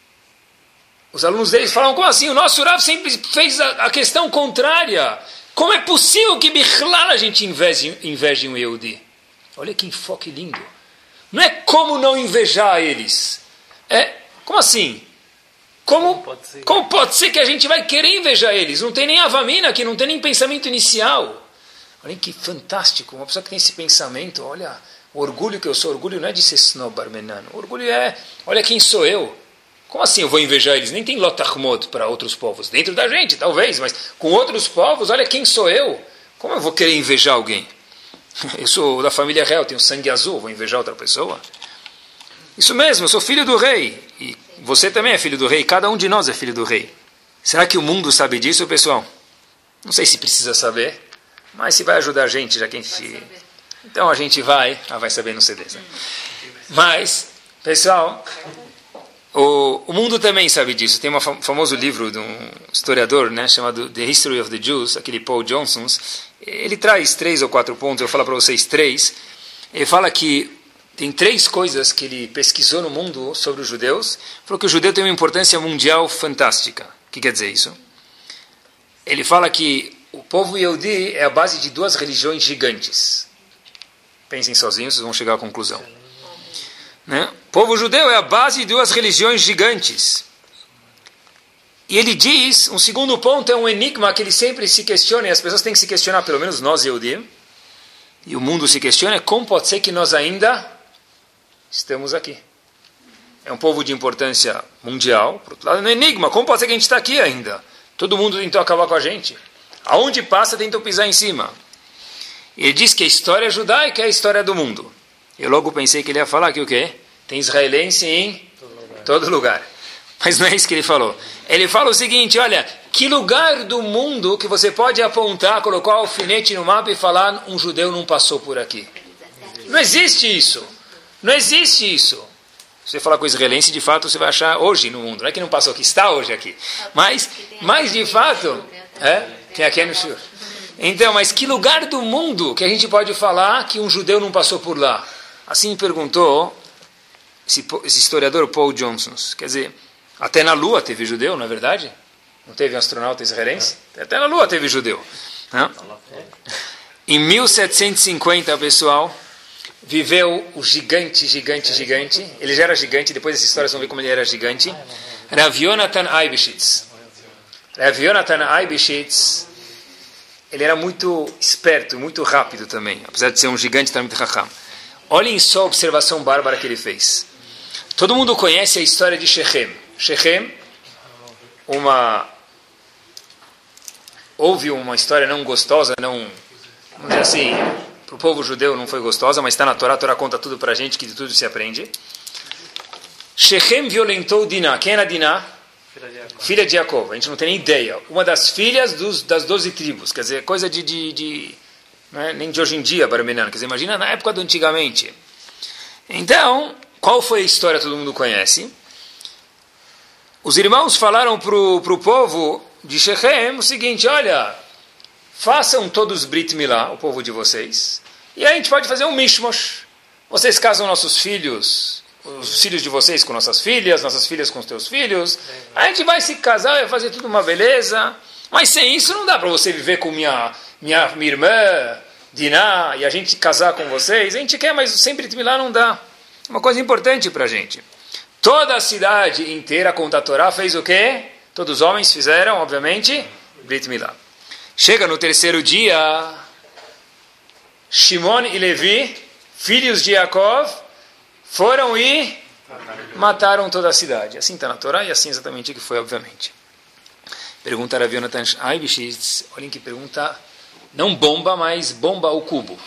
Os alunos deles falam, como assim? O nosso Rav sempre fez a questão contrária. Como é possível que Bichlal a gente inveje um Yehudi? Olha que enfoque lindo. Não é como não invejar eles. Como assim? Como pode ser que a gente vai querer invejar eles? Não tem nem avamina aqui, não tem nem pensamento inicial. Olha que fantástico. Uma pessoa que tem esse pensamento, olha, o orgulho que eu sou, orgulho não é de ser snob barmenano. O orgulho é, olha quem sou eu. Como assim eu vou invejar eles? Nem tem lotachmod para outros povos. Dentro da gente, talvez, mas com outros povos, olha quem sou eu. Como eu vou querer invejar alguém? Eu sou da família real, tenho sangue azul, vou invejar outra pessoa? Isso mesmo, eu sou filho do rei. E você também é filho do rei, cada um de nós é filho do rei. Será que o mundo sabe disso, pessoal? Não sei se precisa saber, mas se vai ajudar a gente, já que a gente... Então a gente vai saber no CD. Né? Mas, pessoal, o mundo também sabe disso. Tem um famoso livro de um historiador, né, chamado The History of the Jews, aquele Paul Johnson. Ele traz 3 ou 4 pontos, eu falo para vocês 3. Ele fala que tem 3 coisas que ele pesquisou no mundo sobre os judeus. Falou que o judeu tem uma importância mundial fantástica. O que quer dizer isso? Ele fala que o povo Yehudi é a base de 2 religiões gigantes. Pensem sozinhos, vocês vão chegar à conclusão. Né? O povo judeu é a base de 2 religiões gigantes. E ele diz, um segundo ponto é um enigma que ele sempre se questiona, e as pessoas têm que se questionar, pelo menos nós, Yehudim, e o mundo se questiona, é como pode ser que nós ainda estamos aqui. É um povo de importância mundial, por outro lado, é um enigma, como pode ser que a gente está aqui ainda? Todo mundo tentou acabar com a gente. Aonde passa, tentou pisar em cima. E ele diz que a história judaica é a história do mundo. Eu logo pensei que ele ia falar que o quê? Tem israelense em todo lugar. Mas não é isso que ele falou. Ele fala o seguinte, olha, que lugar do mundo que você pode apontar, colocar o alfinete no mapa e falar um judeu não passou por aqui? Não existe isso. Não existe isso. Se você falar com o israelense, de fato, você vai achar hoje no mundo. Não é que não passou aqui, está hoje aqui. Mas de fato, tem aqui no Shur. Então, mas que lugar do mundo que a gente pode falar que um judeu não passou por lá? Assim perguntou esse historiador Paul Johnson. Quer dizer, até na Lua teve judeu, não é verdade? Não teve um astronauta israelense? Até na Lua teve judeu. Né? Em 1750, pessoal, viveu o gigante. Ele já era gigante, depois dessa história vocês vão ver como ele era gigante. Rav Yonatan Eibeshitz. Rav Yonatan Eibeshitz, ele era muito esperto, muito rápido também, apesar de ser um gigante também muito raham. Olhem só a observação bárbara que ele fez. Todo mundo conhece a história de Shechem. Shechem, houve uma história não gostosa, vamos dizer assim, para o povo judeu não foi gostosa, mas está na Torá, a Torá conta tudo para a gente, que de tudo se aprende. Shechem violentou Diná. Quem era Diná? Filha de Jacob. A gente não tem nem ideia. Uma das filhas das 12 tribos. Quer dizer, coisa não é nem de hoje em dia, Barmenano. Quer dizer, imagina na época do antigamente. Então, qual foi a história que todo mundo conhece? Os irmãos falaram para o povo de Shechem o seguinte: olha, façam todos Brit Milá, o povo de vocês, e aí a gente pode fazer um mishmosh. Vocês casam nossos filhos, os filhos de vocês com nossas filhas com os teus filhos, a gente vai se casar, vai fazer tudo uma beleza, mas sem isso não dá para você viver com minha irmã, Diná, e a gente casar com vocês. A gente quer, mas sem Brit Milá não dá. Uma coisa importante para a gente. Toda a cidade inteira, contra a Torá, fez o quê? Todos os homens fizeram, obviamente, Brit Milá. Chega no terceiro dia, Shimon e Levi, filhos de Yaakov, foram e mataram toda a cidade. Assim está na Torá e assim exatamente que foi, obviamente. Pergunta Rav Yonatan Eibishitz, olhem que pergunta, não bomba, mas bomba ao cubo.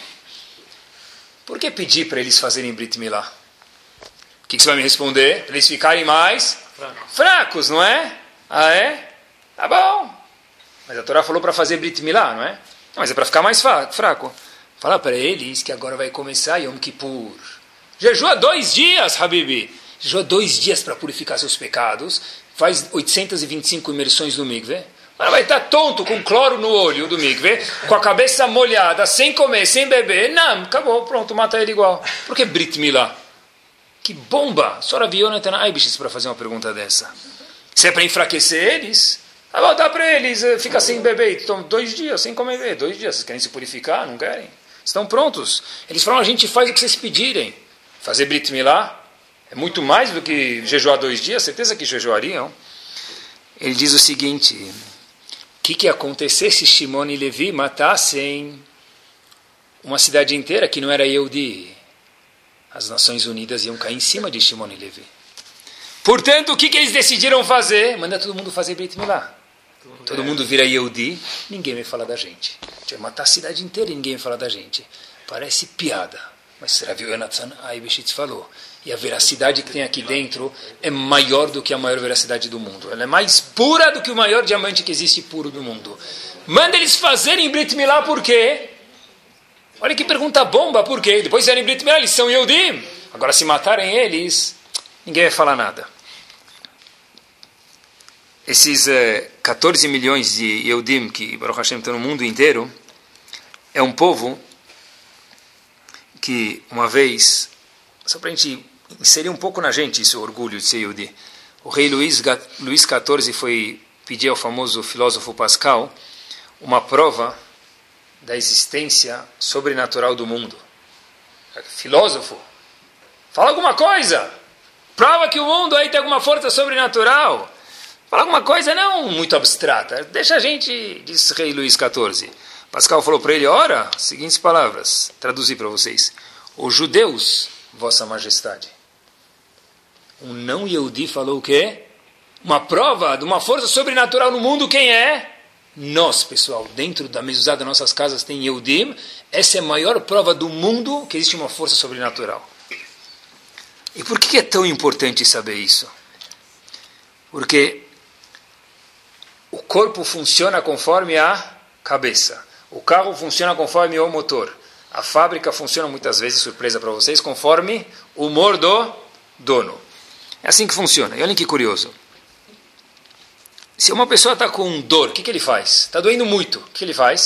Por que pedir para eles fazerem Brit Milá? O que você vai me responder? Para eles ficarem mais fracos, não é? Ah, é? Tá bom. Mas a Torá falou para fazer Brit Milá, não é? Mas é para ficar mais fraco. Fala para eles que agora vai começar Yom Kippur. Jejua 2 dias, Habibi. Jejua 2 dias para purificar seus pecados. Faz 825 imersões no mikveh. Ela vai estar tonto, com cloro no olho do mikveh, com a cabeça molhada, sem comer, sem beber. Não, acabou, pronto, mata ele igual. Por que Brit Milá? Que bomba! Só Rav Yonatan Eibishitz para fazer uma pergunta dessa. Se é para enfraquecer eles, dá para eles, fica sem beber. Então, 2 dias sem comer, 2 dias. Vocês querem se purificar? Não querem? Estão prontos. Eles falam, a gente faz o que vocês pedirem. Fazer Brit Milá é muito mais do que jejuar 2 dias, certeza que jejuariam. Ele diz o seguinte: o que ia acontecer se Shimon e Levi matassem uma cidade inteira que não era Yehudi? As Nações Unidas iam cair em cima de Shimon e Levi. Portanto, o que eles decidiram fazer? Manda todo mundo fazer Brit Milá. Todo mundo vira Yehudi, ninguém vai falar da gente. A gente vai matar a cidade inteira e ninguém vai falar da gente. Parece piada, mas Rav Yonatan Eibishitz falou. E a veracidade que tem aqui dentro é maior do que a maior veracidade do mundo. Ela é mais pura do que o maior diamante que existe puro do mundo. Manda eles fazerem Brit Milá, por quê? Olha que pergunta bomba, por quê? Depois de fazerem Brit Milá, eles são Yehudim. Agora, se matarem eles, ninguém vai falar nada. Esses 14 milhões de Yehudim que Baruch Hashem estão no mundo inteiro, é um povo que, uma vez, só para a gente inserir um pouco na gente esse orgulho de ser Yehudi, o rei Luís XIV foi pedir ao famoso filósofo Pascal uma prova da existência sobrenatural do mundo. Filósofo, fala alguma coisa, prova que o mundo aí tem alguma força sobrenatural. Fala alguma coisa não muito abstrata. Deixa a gente, disse rei Luís XIV. Pascal falou para ele, ora, seguintes palavras, traduzi para vocês. Os judeus, vossa majestade. Um não Yehudi falou o quê? Uma prova de uma força sobrenatural no mundo, quem é? Nós, pessoal, dentro da mezuzá das nossas casas tem Yehudim. Essa é a maior prova do mundo que existe uma força sobrenatural. E por que é tão importante saber isso? Porque o corpo funciona conforme a cabeça. O carro funciona conforme o motor. A fábrica funciona muitas vezes, surpresa para vocês, conforme o humor do dono. É assim que funciona. E olhem que curioso. Se uma pessoa está com dor, o que ele faz? Está doendo muito. O que ele faz?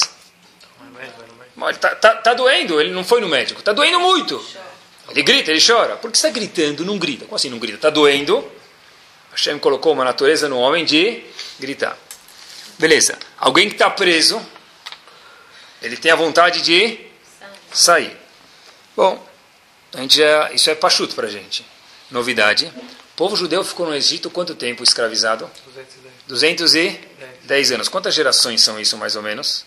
Está doendo, ele não foi no médico. Está doendo muito. Ele grita, ele chora. Por que está gritando? Não grita. Como assim não grita? Está doendo. Hashem colocou uma natureza no homem de gritar. Beleza. Alguém que está preso, ele tem a vontade de sair. Bom, isso é pachuto para a gente. Novidade. O povo judeu ficou no Egito quanto tempo escravizado? 210 anos. Quantas gerações são isso, mais ou menos?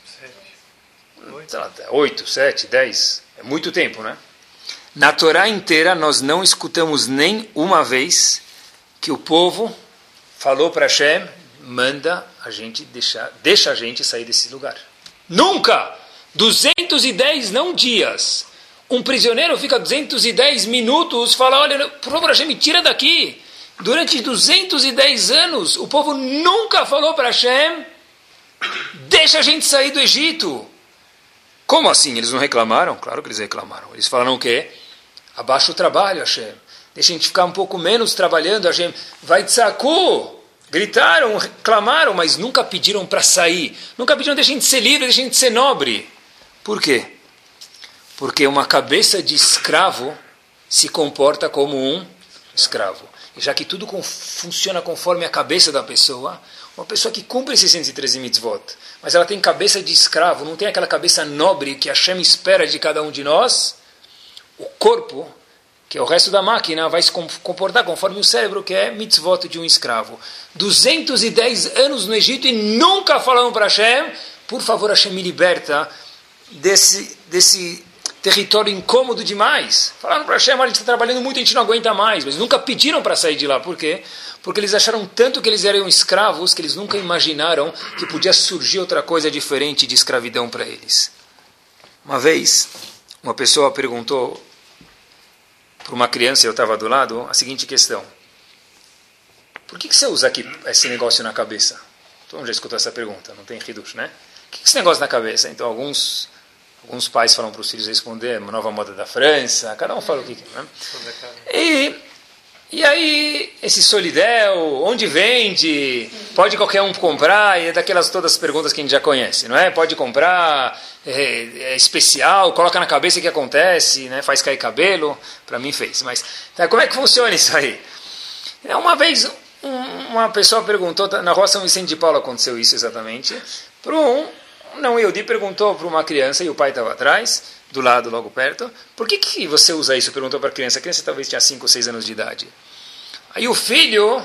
8, 7, 10. É muito tempo, né? Na Torá inteira, nós não escutamos nem uma vez que o povo falou para Hashem, manda a gente deixa a gente sair desse lugar. Nunca! 210 não dias. Um prisioneiro fica 210 minutos, fala, olha, por favor, Hashem, me tira daqui. Durante 210 anos, o povo nunca falou para Hashem, deixa a gente sair do Egito. Como assim? Eles não reclamaram? Claro que eles reclamaram. Eles falaram o quê? Abaixa o trabalho, Hashem. Deixa a gente ficar um pouco menos trabalhando, Hashem. Vai tzaku. Gritaram, clamaram, mas nunca pediram para sair. Nunca pediram, deixa a gente ser livre, deixa a gente ser nobre. Por quê? Porque uma cabeça de escravo se comporta como um escravo. E já que tudo funciona conforme a cabeça da pessoa, uma pessoa que cumpre esses 613 mitzvot, mas ela tem cabeça de escravo, não tem aquela cabeça nobre que Hashem espera de cada um de nós, o corpo, que é o resto da máquina, vai se comportar conforme o cérebro, que é mitzvot de um escravo. 210 anos no Egito e nunca falaram para Hashem, por favor, Hashem, me liberta desse território incômodo demais. Falaram para Hashem, a gente está trabalhando muito, a gente não aguenta mais, mas nunca pediram para sair de lá. Por quê? Porque eles acharam tanto que eles eram escravos, que eles nunca imaginaram que podia surgir outra coisa diferente de escravidão para eles. Uma vez, uma pessoa perguntou para uma criança, eu estava do lado, a seguinte questão: por que você usa aqui esse negócio na cabeça? Todo mundo já escutou essa pergunta, não tem hidush, né? O que é esse negócio na cabeça? Então, alguns pais falam para os filhos responder, uma nova moda da França, cada um fala o que quer, né? E aí, esse solidel, onde vende? Pode qualquer um comprar? E é daquelas todas as perguntas que a gente já conhece, não é? Pode comprar, é especial, coloca na cabeça o que acontece, né? Faz cair cabelo, para mim fez. Mas tá, como é que funciona isso aí? Uma vez, uma pessoa perguntou, na rua São Vicente de Paulo aconteceu isso exatamente, para não Yehudi perguntou para uma criança, e o pai estava atrás, do lado, logo perto, por que você usa isso? Perguntou para a criança talvez tinha 5 ou 6 anos de idade. Aí o filho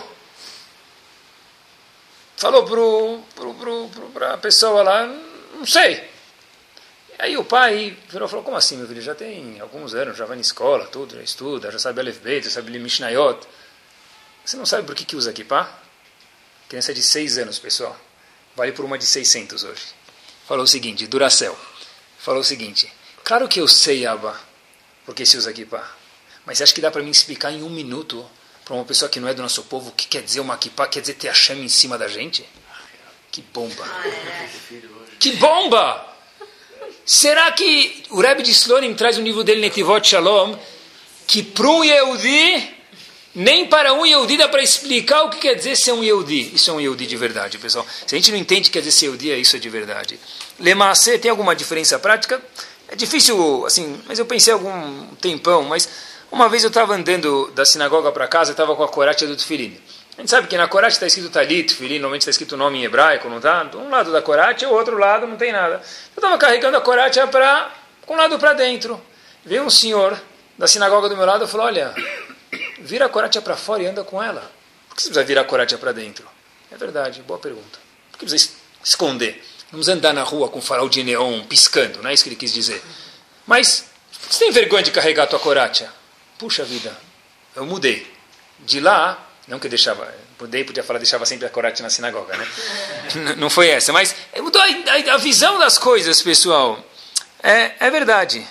falou para a pessoa lá, não sei. Aí o pai virou e falou, como assim, meu filho? Já tem alguns anos, já vai na escola, tudo, já estuda, já sabe Aleph Bet, já sabe Mishnayot. Você não sabe por que usa kippah? Criança de 6 anos, pessoal. Vale por uma de 600 hoje. Falou o seguinte, Duracell. Falou o seguinte, claro que eu sei, Abba, porque se usa kippah. Mas você acha que dá para mim explicar em 1 minuto para uma pessoa que não é do nosso povo o que quer dizer uma kippah? Quer dizer ter Hashem em cima da gente? Que bomba! Que bomba! Será que o Rebbe de Slonim traz no livro dele Netivot Shalom que para um Yehudi, nem para um Yehudi dá para explicar o que quer dizer ser um Yehudi? Isso é um Yehudi de verdade, pessoal. Se a gente não entende o que quer dizer ser Yehudi, isso é de verdade. Lemassé tem alguma diferença prática? É difícil, assim, mas eu pensei algum tempão, mas uma vez eu estava andando da sinagoga para casa, eu estava com a coratia do Tefilin. A gente sabe que na coratia está escrito Talit, Tefilin, normalmente está escrito o nome em hebraico, não está? Um lado da coratia, o outro lado não tem nada. Eu estava carregando a coratia com um lado para dentro. Veio um senhor da sinagoga do meu lado e falou, olha, vira a coratia para fora e anda com ela. Por que você precisa virar a coratia para dentro? É verdade, boa pergunta. Por que precisa esconder? Vamos andar na rua com farol de neon piscando, não é isso que ele quis dizer. Mas, você tem vergonha de carregar a tua coratia? Puxa vida, eu mudei. De lá, não que eu deixava, podia falar, deixava sempre a coratia na sinagoga, né? Não foi essa, mas mudou a visão das coisas, pessoal. É verdade.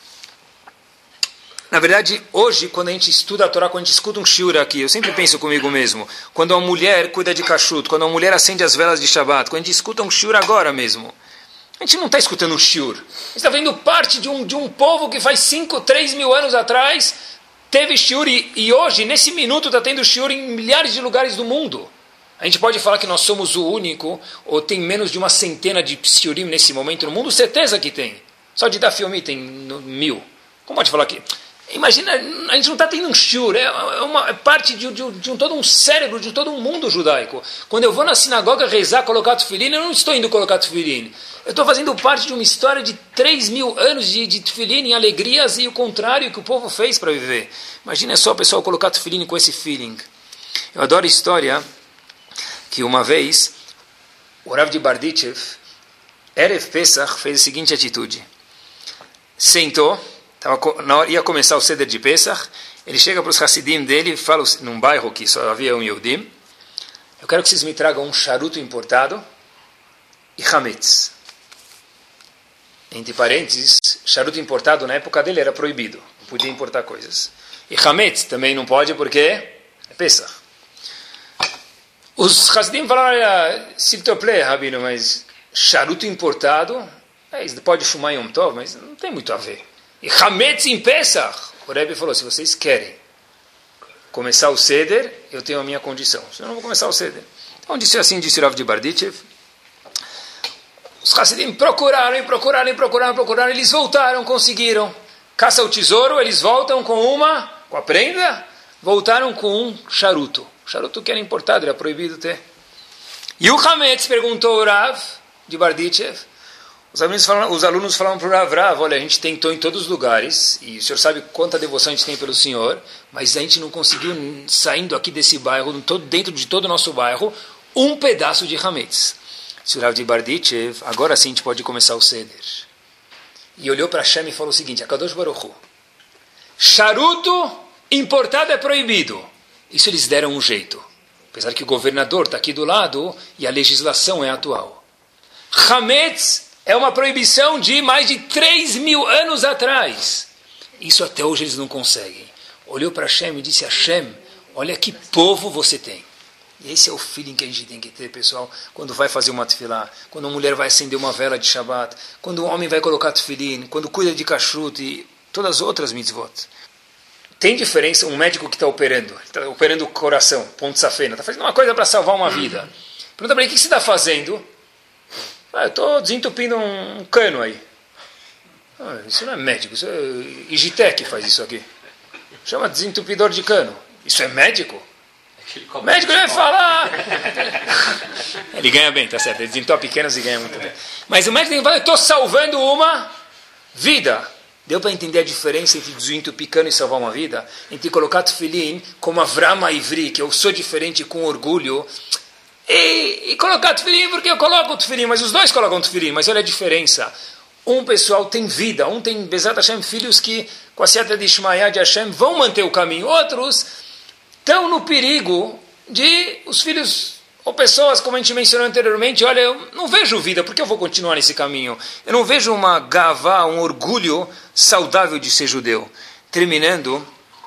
Na verdade, hoje, quando a gente estuda a Torá, quando a gente escuta um shiur aqui, eu sempre penso comigo mesmo, quando uma mulher cuida de kashrut, quando uma mulher acende as velas de Shabbat, quando a gente escuta um shiur agora mesmo, a gente não está escutando um shiur. A gente está vendo parte de um povo que faz 3 mil anos atrás teve shiur e hoje, nesse minuto, está tendo shiur em milhares de lugares do mundo. A gente pode falar que nós somos o único, ou tem menos de uma centena de shiurim nesse momento no mundo? Certeza que tem. Só de Dafyomi tem 1000. Como pode falar que... Imagina, a gente não está tendo um shiur, é parte de todo um cérebro, de todo um mundo judaico. Quando eu vou na sinagoga rezar, colocar tefilin, eu não estou indo colocar tefilin. Eu estou fazendo parte de uma história de 3 mil anos de tefilin, em alegrias e o contrário que o povo fez para viver. Imagina só o pessoal colocar tefilin com esse feeling. Eu adoro a história que uma vez o Rav de Bardichev, Erev Pesach, fez a seguinte atitude. Sentou, ia começar o Seder de Pesach, ele chega para os Hassidim dele e fala, num bairro que só havia um Yehudim, eu quero que vocês me tragam um charuto importado e Hametz. entre parênteses, charuto importado na época dele era proibido. Não podia importar coisas. E Hametz também não pode porque é Pesach. Os Hasidim falaram, s'il te plaît, Rabino, mas charuto importado, pode fumar em Yom Tov, mas não tem muito a ver. E Hametz em Pesach, o Rebbe falou, se vocês querem começar o Seder, eu tenho a minha condição, senão eu não vou começar o Seder. Então disse assim, disse Rav de Bardichev. Os Hasidim procuraram, eles voltaram, conseguiram. Caça o tesouro, eles voltam com a prenda, voltaram com um charuto. Charuto que era importado, era proibido ter. E o Hametz perguntou ao Rav de Bardichev. Os alunos falaram para o Rav, olha, a gente tentou em todos os lugares, e o senhor sabe quanta devoção a gente tem pelo senhor, mas a gente não conseguiu, saindo aqui desse bairro, dentro de todo o nosso bairro, um pedaço de Hametz. O Rav de Bardichev, agora sim a gente pode começar o Seder. E olhou para Hashem e falou o seguinte, Akadosh Baruch Hu, charuto importado é proibido. Isso eles deram um jeito. Apesar que o governador está aqui do lado e a legislação é atual. Hametz é uma proibição de mais de 3.000 anos atrás. Isso até hoje eles não conseguem. Olhou para Hashem e disse, Hashem, olha que povo você tem. E esse é o feeling que a gente tem que ter, pessoal, quando vai fazer uma tefilá, quando a mulher vai acender uma vela de Shabbat, quando o homem vai colocar tefilim, quando cuida de kashrut e todas as outras mitzvot. Tem diferença um médico que está operando o coração, ponto safena, está fazendo uma coisa para salvar uma vida. Pergunta para ele, o que você está fazendo? Eu estou desentupindo um cano aí. Isso não é médico, isso é Igitec que faz isso aqui. Chama desentupidor de cano. Isso é médico? O médico vai falar. Ele ganha bem, tá certo. Ele desentope pequenos e ganha muito bem. Mas o médico tem que falar, eu estou salvando uma vida. Deu para entender a diferença entre desentupir cano e salvar uma vida? Entre colocar tefilim como Avram Ivri, que eu sou diferente com orgulho, e colocar tefilim porque eu coloco o tefilim, mas os dois colocam tefilim, mas olha a diferença. Um pessoal tem vida, um tem Bezat Hashem, filhos que com a seta de Ishmael de Hashem vão manter o caminho. Outros estão no perigo de os filhos ou pessoas, como a gente mencionou anteriormente, olha, eu não vejo vida, por que eu vou continuar nesse caminho? Eu não vejo uma gavá, um orgulho saudável de ser judeu. Terminando,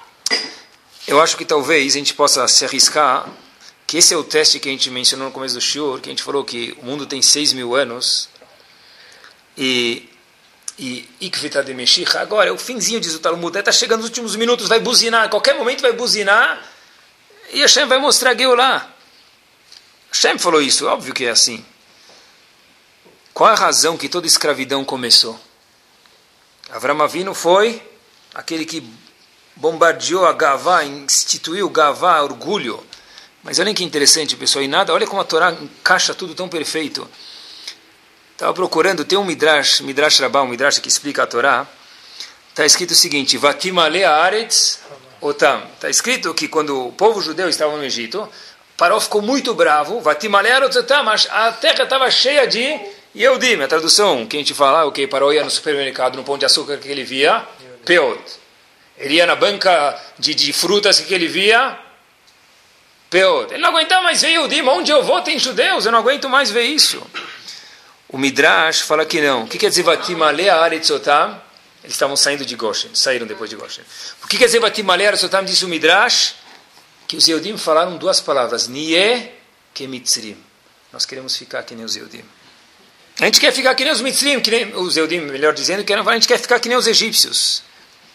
eu acho que talvez a gente possa se arriscar, que esse é o teste que a gente mencionou no começo do shiur, que a gente falou que o mundo tem 6.000 anos, e Ikvita de Meshicha, agora é o finzinho, diz o Talmud, está chegando nos últimos minutos, vai buzinar, a qualquer momento vai buzinar, e Hashem vai mostrar Geulah. Hashem falou isso, óbvio que é assim. Qual a razão que toda escravidão começou? Avram Avinu foi aquele que bombardeou a Gavá, instituiu Gavá, orgulho. Mas olhem que interessante, pessoal, e nada, olha como a Torá encaixa tudo tão perfeito. Estava procurando, tem um Midrash Rabbah, um Midrash que explica a Torá. Está escrito o seguinte, Vatimale haaretz otam. Está escrito que quando o povo judeu estava no Egito, Paró ficou muito bravo, Vatimale haaretz otam, mas a terra estava cheia de Yehudim. A tradução que a gente fala, ok, Paró ia no supermercado, no pão de açúcar que ele via, Peot. Ele ia na banca de frutas que ele via, Peot. Ele não aguentava mais ver Yehudim, onde eu vou tem judeus, eu não aguento mais ver isso. O Midrash fala que não. O que quer dizer Vatimale haaretz otam? Eles estavam saindo de Goshen, saíram depois de Goshen. O que quer dizer Vatimale haaretz otam? Disse o Midrash que os Yehudim falaram duas palavras, Nieh kemitzrim. Nós queremos ficar que nem os Yehudim. A gente quer ficar que nem os Mitzrim, que nem os Yehudim, melhor dizendo, a gente quer ficar que nem os egípcios.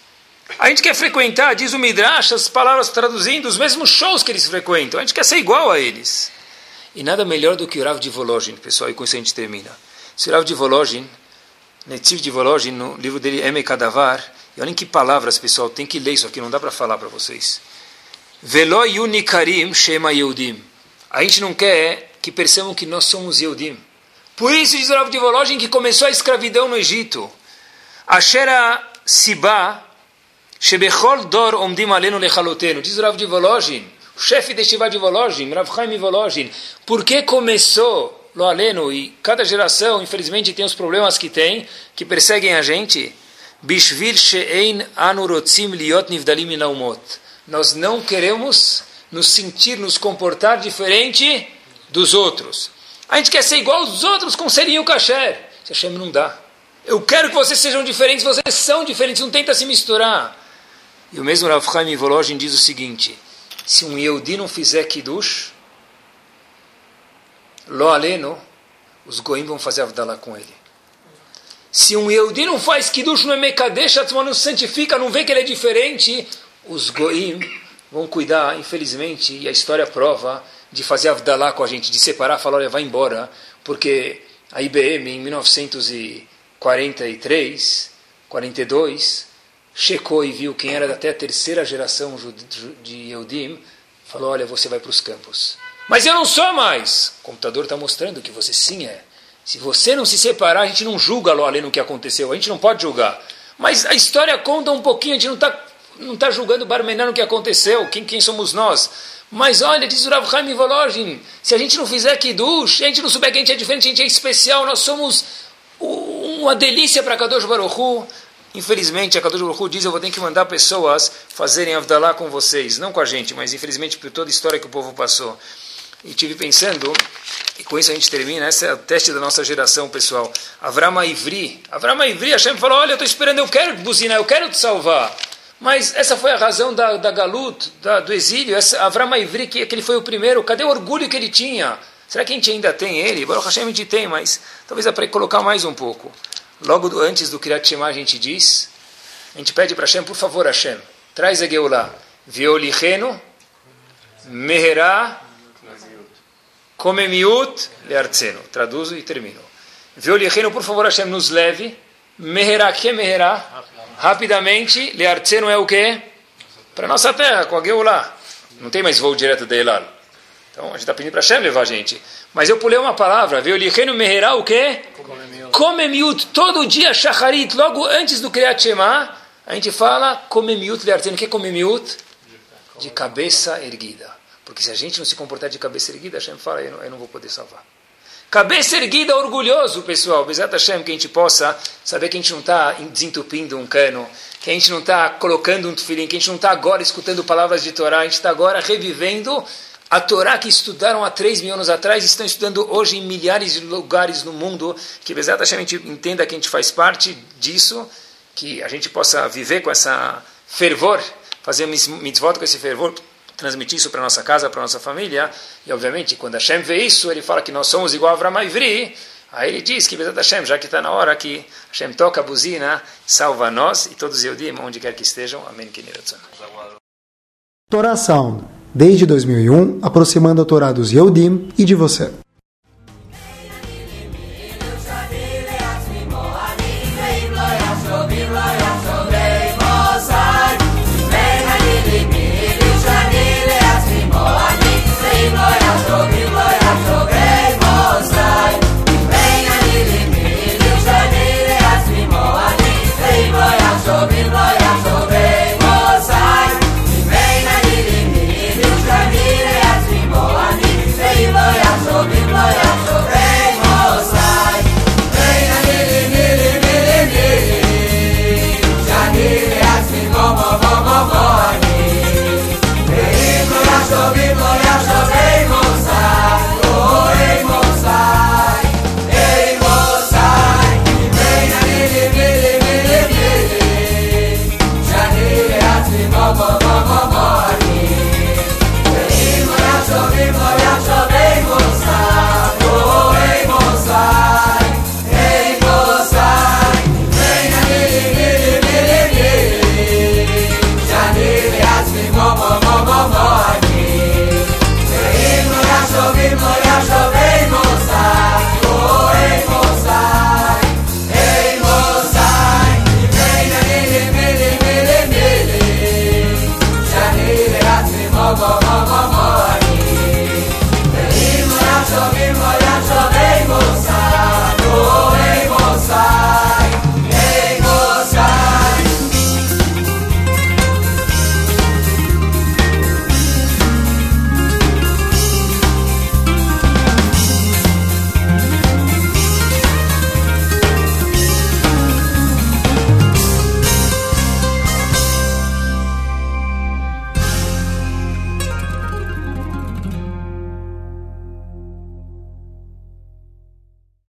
A gente quer frequentar, diz o Midrash, as palavras traduzindo, os mesmos shows que eles frequentam. A gente quer ser igual a eles. E nada melhor do que o Rav de Volozhin, pessoal, e com isso a gente termina. Esse Rav de Volozhin, Netziv de Volozhin, no livro dele, Emek Hadavar, e olhem que palavras, pessoal, tem que ler isso aqui, não dá para falar para vocês. Velo yunikarim shema Yehudim. A gente não quer que percebam que nós somos Yehudim. Por isso diz o Rav de Volozhin que começou a escravidão no Egito. Ashera Sibá, Shebechol Dor Omdim Alenu Lechalotenu. Diz o Rav de Volozhin, o chefe de Shiva de Volozhin, Rav Chaim Volozhin, por que começou Lo Alenu e cada geração, infelizmente, tem os problemas que tem, que perseguem a gente? Bishvil she'ein anu rotzim liot nivdalim min haumot. Nós não queremos nos sentir, nos comportar diferente dos outros. A gente quer ser igual aos outros com serinho kasher. Se Hashem não dá. Eu quero que vocês sejam diferentes, vocês são diferentes, não tenta se misturar. E o mesmo Rav Chaim Volozhin diz o seguinte, se um Yehudi não fizer Kiddush, Lo Aleno, os Goim vão fazer Avdalá com ele. Se um Yehudi não faz Kiddush, não é Mekadesh, não santifica, não vê que ele é diferente, os Goim vão cuidar, infelizmente, e a história prova, de fazer Avdalá com a gente, de separar, falar, olha, vai embora, porque a IBM, em 1943, 42, checou e viu quem era até a terceira geração de Yehudim, falou, olha, você vai para os campos. Mas eu não sou mais. O computador está mostrando que você sim é. Se você não se separar, a gente não julga além no que aconteceu. A gente não pode julgar. Mas a história conta um pouquinho. A gente não está julgando Barmená no que aconteceu. Quem somos nós? Mas olha, diz o Rav Chaim Volozhin, se a gente não fizer Kiddush, a gente não souber que a gente é diferente, a gente é especial, nós somos uma delícia para Kadosh Baruch Hu. Infelizmente, a Kadosh Baruch Hu diz, eu vou ter que mandar pessoas fazerem Avdalá com vocês. Não com a gente, mas infelizmente por toda a história que o povo passou. E estive pensando, e com isso a gente termina, esse é o teste da nossa geração, pessoal. Avram Ivri, Hashem falou, olha, eu estou esperando, eu quero buzinar, eu quero te salvar. Mas essa foi a razão da Galut, do exílio. Avram Ivri, que ele foi o primeiro, cadê o orgulho que ele tinha? Será que a gente ainda tem ele? Baruch Hashem a gente tem, mas talvez dá para colocar mais um pouco. Logo antes do Kriyat Shema a gente pede para Hashem, por favor Hashem, traz a Geulah. Violichenu, Meherá, Komemiut, Leartzenu. Traduzo e termino. Violichenu, por favor Hashem, nos leve. Meherá, que é Meherá? Rapidamente, Leartzenu é o quê? Para nossa terra, com a Geulah. Não tem mais voo direto da Elal. Então a gente está pedindo para Hashem levar a gente. Mas eu pulei uma palavra. Violichenu, Meherá, o quê? Komemiut. Todo dia, Shacharit, logo antes do Kriyat Shema, a gente fala Komemiut Leartzenu. O que é Komemiut? De cabeça erguida. Porque se a gente não se comportar de cabeça erguida, Hashem fala, eu não vou poder salvar. Cabeça erguida, orgulhoso, pessoal. Bezat Hashem, que a gente possa saber que a gente não está desentupindo um cano, que a gente não está colocando um tefilim, que a gente não está agora escutando palavras de Torá, a gente está agora revivendo a Torá que estudaram há 3.000 anos atrás e estão estudando hoje em milhares de lugares no mundo. Que Bezat Hashem a gente entenda que a gente faz parte disso, que a gente possa viver com essa fervor, fazer mitzvot com esse fervor, transmitir isso para nossa casa, para nossa família. E obviamente quando Hashem vê isso, ele fala que nós somos igual a Avram Ivri. Aí ele diz que Bezat Hashem, já que está na hora que Hashem toca a buzina, salva nós e todos os Yehudim, onde quer que estejam. Amém. Torá Sound, desde 2001, aproximando a Torá dos Yehudim e de você.